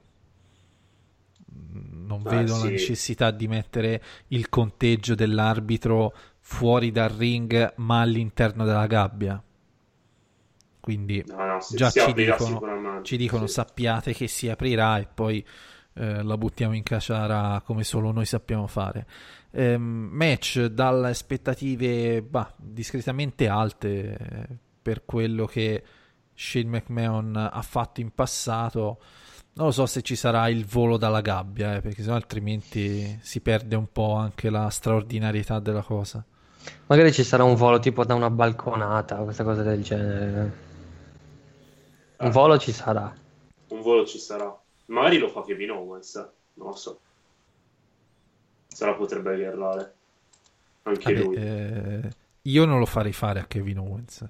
non vedo la necessità di mettere il conteggio dell'arbitro fuori dal ring ma all'interno della gabbia, quindi già ci dicono sappiate che si aprirà e poi la buttiamo in caciara come solo noi sappiamo fare. Match dalle aspettative discretamente alte per quello che Shane McMahon ha fatto in passato. Non lo so se ci sarà il volo dalla gabbia, perché sennò altrimenti si perde un po' anche la straordinarietà della cosa. Magari ci sarà un volo tipo da una balconata o questa cosa del genere. Un volo ci sarà. Magari lo fa Kevin Owens, non lo so. Se la potrebbe aggirare anche lui. Io non lo farei fare a Kevin Owens.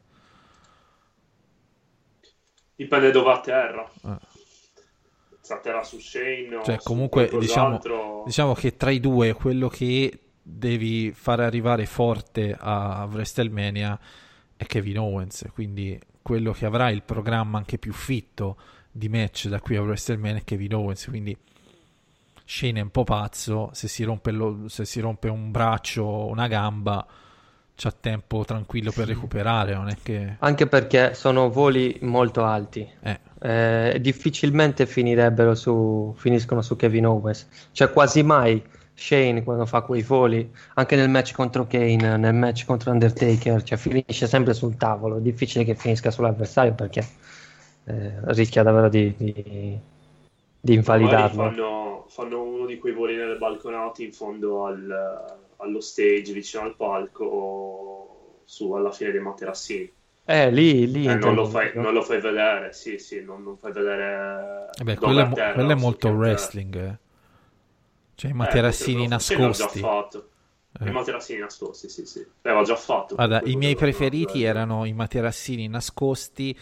Dipende dove a terra. Se a terra su Shane, cioè, o comunque su diciamo che tra i due quello che devi fare arrivare forte a WrestleMania è Kevin Owens, quindi quello che avrà il programma anche più fitto di match da qui a WrestleMania è Kevin Owens, quindi Shane è un po' pazzo, se si rompe un braccio o una gamba c'ha tempo tranquillo per recuperare, non è che... Anche perché sono voli molto alti. Difficilmente finiscono su Kevin Owens. Cioè quasi mai Shane quando fa quei voli, anche nel match contro Kane, nel match contro Undertaker, cioè finisce sempre sul tavolo. È difficile che finisca sull'avversario perché rischia davvero di invalidarlo. Fanno uno di quei voli nelle balconate in fondo allo stage, vicino al palco, o alla fine dei materassini. Lì non lo fai vedere, sì, non fai vedere. Quello è molto wrestling. Cioè i materassini nascosti. I materassini nascosti, sì. L'aveva già fatto. Guarda, i miei preferiti erano i materassini nascosti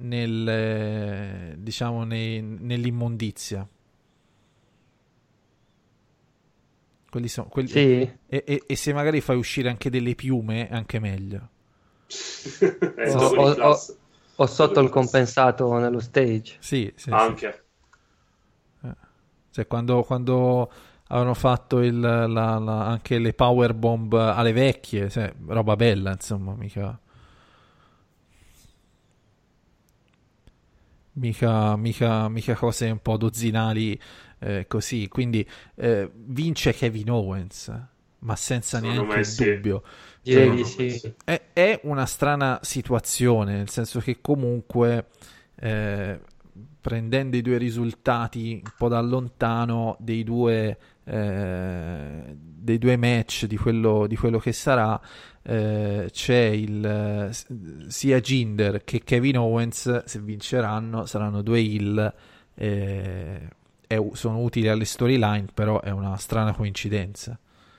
nell'immondizia. Quelli sono quelli. Sì. E se magari fai uscire anche delle piume, anche meglio. O sotto il compensato nello stage. Sì. Anche. Cioè quando avevano fatto anche le powerbomb alle vecchie, cioè, roba bella, insomma, mica cose un po' dozzinali così. Quindi vince Kevin Owens, ma senza neanche dubbio. Direi di sì. È una strana situazione, nel senso che comunque prendendo i due risultati un po' da lontano dei due match di quello che sarà, c'è sia Jinder che Kevin Owens, se vinceranno saranno due heel, sono utili alle storyline, però è una strana coincidenza.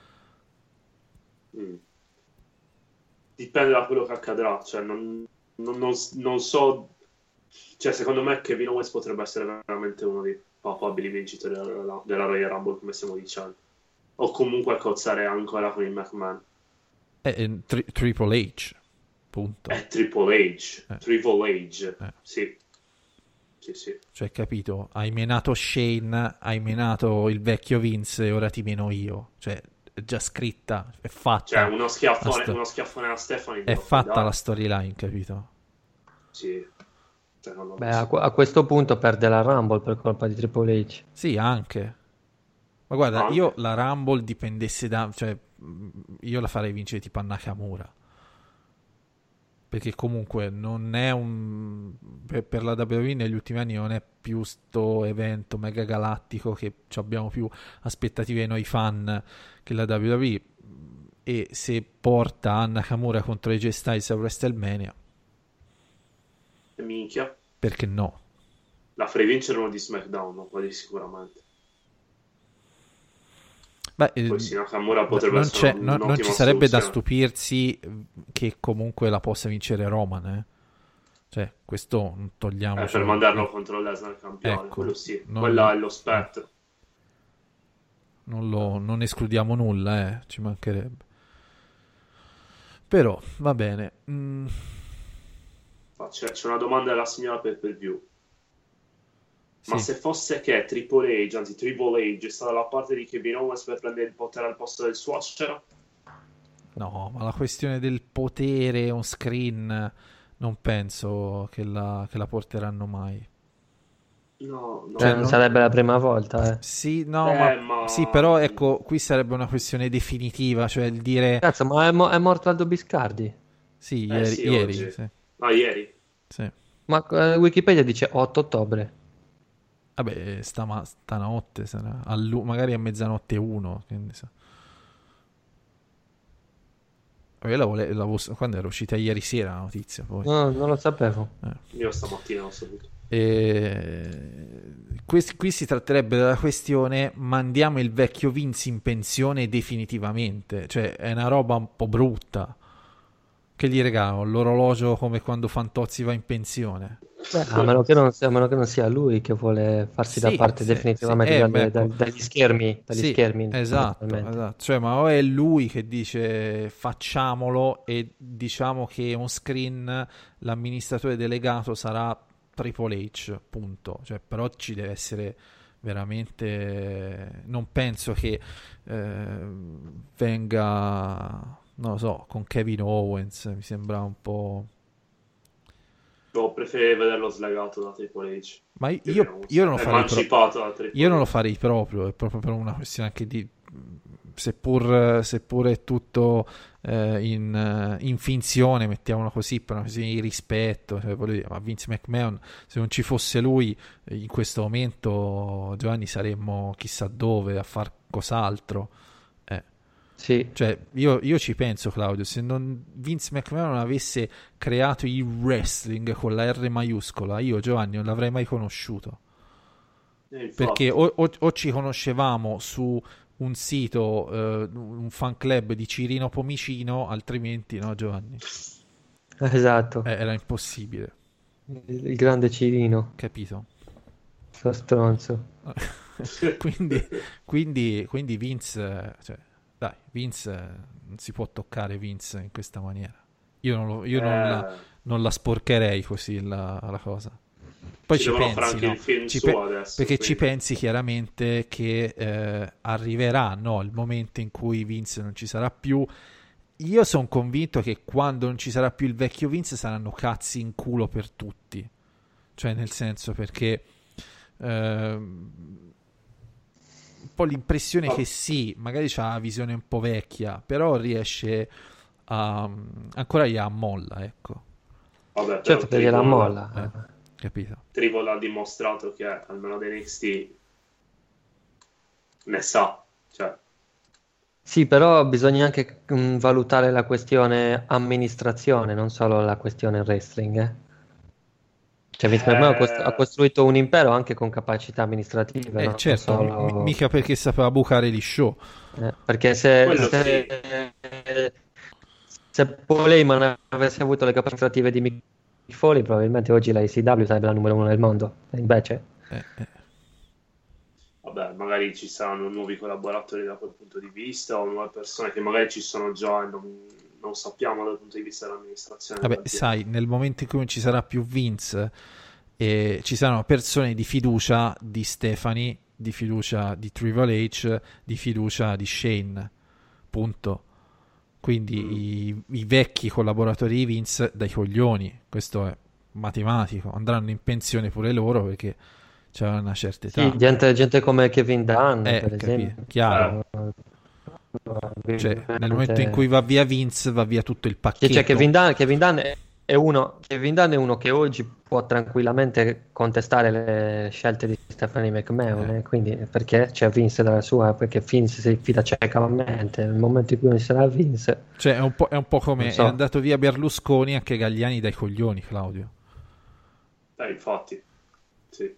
Dipende da quello che accadrà, cioè non so, cioè secondo me Kevin Owens potrebbe essere veramente uno dei papabili vincitori della Royal Rumble, come stiamo dicendo, o comunque cozzare ancora con il McMahon. Triple H, punto. È Triple H. Sì. Cioè, capito, hai menato Shane, hai menato il vecchio Vince e ora ti meno io, cioè è già scritta, è fatta. Cioè uno schiaffone a Stephanie è fatta la storyline, capito? Sì. Beh, a questo punto perde la Rumble per colpa di Triple H. Sì, anche. Ma guarda, io la Rumble dipendesse cioè io la farei vincere tipo a Nakamura. Perché comunque non è per la WWE negli ultimi anni non è più sto evento mega galattico che abbiamo più aspettative noi fan che la WWE, e se porta Nakamura contro AJ Styles a WrestleMania, minchia, perché no? La farei vincere uno di SmackDown, quasi sicuramente. Beh, poi sì, Nakamura potrebbe essere non ci sarebbe da stupirsi che comunque la possa vincere Roman, Cioè, questo non togliamo per mandarlo contro Lesnar campione, ecco, quello sì, quello è lo spettro. Non escludiamo nulla, ci mancherebbe. Però va bene. C'è una domanda della signora Pay-Per-View. Ma se fosse che Triple H è stata dalla parte di Kevin Owens per prendere il potere al posto del suocero? No, ma la questione del potere on screen non penso che la porteranno mai. No. Cioè, non sarebbe la prima volta, Sì, no, ma... Sì, però ecco, qui sarebbe una questione definitiva, cioè il dire... Cazzo, ma è morto Aldo Biscardi? Sì, ieri. Sì. Ah, ieri? Sì. Ma Wikipedia dice 8 ottobre. Vabbè, stanotte sarà, magari a mezzanotte 1, quindi so. Quando era uscita ieri sera la notizia, poi. No, non lo sapevo. Io stamattina l'ho saputo. Qui si tratterebbe della questione: mandiamo il vecchio Vince in pensione definitivamente, cioè è una roba un po' brutta. Che gli regalano l'orologio come quando Fantozzi va in pensione? A meno che non sia lui che vuole farsi da parte definitivamente dagli schermi. Esatto. Cioè, ma o è lui che dice facciamolo e diciamo che on screen l'amministratore delegato sarà Triple H, punto. Cioè, però ci deve essere veramente, non penso che venga, non lo so, con Kevin Owens, mi sembra un po'. Preferirei vederlo slegato da Triple H. Ma io non lo farei emancipato da Triple io non lo H. farei proprio, è proprio per una questione anche di, seppur è tutto in finzione, mettiamolo così, per una questione di rispetto, cioè, voglio dire, ma Vince McMahon, se non ci fosse lui in questo momento, Giovanni, saremmo chissà dove a far cos'altro. Sì. Cioè, io ci penso, Claudio, se Vince McMahon non avesse creato il wrestling con la R maiuscola, io, Giovanni, non l'avrei mai conosciuto. Perché o ci conoscevamo su un sito, un fan club di Cirino Pomicino, altrimenti no, Giovanni. Esatto. Era impossibile. Il grande Cirino. Capito? Sto stronzo. quindi Vince, cioè, dai, Vince, non si può toccare Vince in questa maniera. Io non la sporcherei così la cosa. Poi ci pensi, no? Perché ci pensi chiaramente che arriverà, no, il momento in cui Vince non ci sarà più. Io sono convinto che quando non ci sarà più il vecchio Vince saranno cazzi in culo per tutti. Cioè, nel senso, perché un po' l'impressione che sì, magari c'ha una visione un po' vecchia, però riesce a ancora gli ammolla, ecco. Vabbè, certo che gliela ammolla. Capito? Tribal ha dimostrato che almeno da NXT ne sa, cioè. Sì, però bisogna anche valutare la questione amministrazione, non solo la questione wrestling, Cioè, Vince McMahon ha costruito un impero anche con capacità amministrative, no? Certo, solo... mica perché sapeva bucare gli show. Perché se Paul Heyman avesse avuto le capacità amministrative di Mick Foley, probabilmente oggi la ECW sarebbe la numero 1 del mondo. E invece... Vabbè, magari ci saranno nuovi collaboratori da quel punto di vista, o nuove persone che magari ci sono già e non sappiamo dal punto di vista dell'amministrazione. Vabbè, sai, nel momento in cui non ci sarà più Vince, ci saranno persone di fiducia di Stephanie, di fiducia di Triple H, di fiducia di Shane, punto. Quindi i vecchi collaboratori di Vince dai coglioni, questo è matematico, andranno in pensione pure loro perché c'è una certa età. Sì, gente come Kevin Dunn, per esempio. Chiaro. Cioè, nel momento in cui va via Vince, va via tutto il pacchetto. Cioè, Kevin Dunn è uno che oggi può tranquillamente contestare le scelte di Stephanie McMahon, quindi perché c'è Vince dalla sua, perché Vince si fida ciecamente. Nel momento in cui non ci sarà Vince, cioè è un po' come è andato via Berlusconi, anche Galliani dai coglioni, Claudio. Infatti, sì.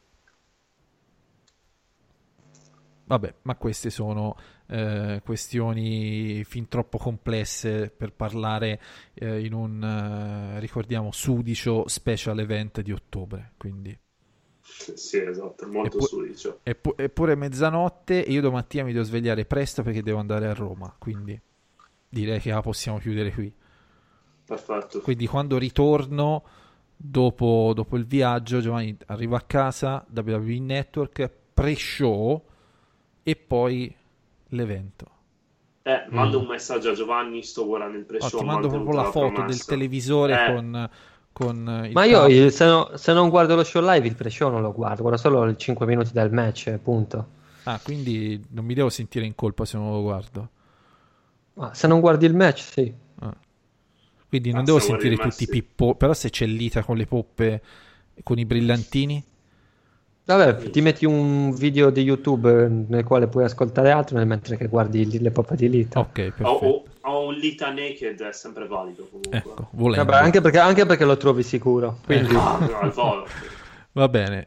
Vabbè, ma queste sono questioni fin troppo complesse per parlare in un, ricordiamo, sudicio special event di ottobre, quindi... Sì, esatto, molto sudicio. Eppure mezzanotte e io domattina mi devo svegliare presto perché devo andare a Roma, quindi direi che la possiamo chiudere qui. Perfetto. Quindi quando ritorno, dopo il viaggio, Giovanni, arrivo a casa, WWE Network, pre-show, e poi l'evento. Mando un messaggio a Giovanni, sto guardando il pre-show. Ti mando proprio la foto del televisore con il ma io se non guardo lo show live, il pre-show non lo guardo solo i 5 minuti del match, punto. Quindi non mi devo sentire in colpa se non lo guardo. Se non guardi il match, sì. Quindi non devo sentire tutti i pippo. Però se c'è Lita con le poppe, con i brillantini, vabbè, ti metti un video di YouTube nel quale puoi ascoltare altro mentre che guardi le poppe di Lita. Ok, perfetto. O un Lita naked è sempre valido comunque. Ecco, volendo. Vabbè, anche perché lo trovi sicuro. Quindi... al volo. Va bene.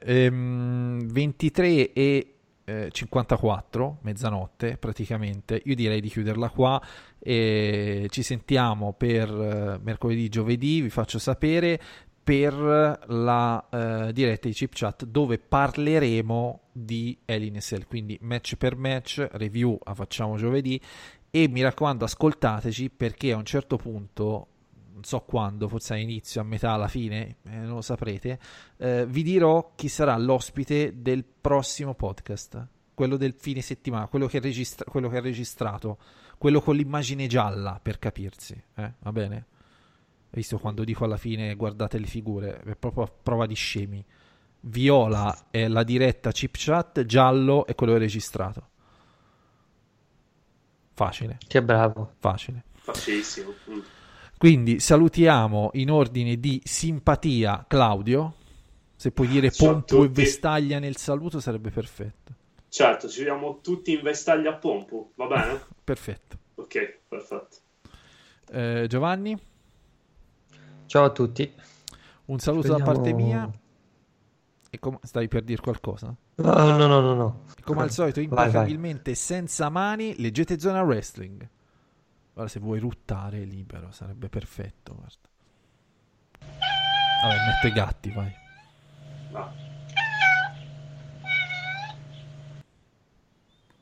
23 e 54, mezzanotte praticamente. Io direi di chiuderla qua e ci sentiamo per mercoledì, giovedì. Vi faccio sapere. per la diretta di Chip Chat, dove parleremo di Hell in a Cell, quindi match per match, review la facciamo giovedì, e mi raccomando ascoltateci, perché a un certo punto, non so quando, forse all'inizio, a metà, alla fine, non lo saprete, vi dirò chi sarà l'ospite del prossimo podcast, quello del fine settimana, quello che è registrato, quello con l'immagine gialla, per capirsi, va bene? Visto quando dico alla fine guardate le figure, è proprio a prova di scemi. Viola è la diretta Chip Chat, giallo è quello registrato. Facile. Che bravo. Facile. Facilissimo. Quindi salutiamo in ordine di simpatia Claudio. Se puoi dire Ciao a pompo e tutti. vestaglia nel saluto sarebbe perfetto. Certo, ci vediamo tutti in vestaglia a pompo, va bene? Perfetto. Ok, perfetto. Giovanni, Ciao a tutti. un saluto da parte Speriamo- mia. E stavi per dire qualcosa? No. E come al solito, Vai. implacabilmente senza mani, leggete Zona Wrestling. Guarda, se vuoi ruttare libero, sarebbe perfetto. Guarda. Vabbè, metto i gatti, vai. Va.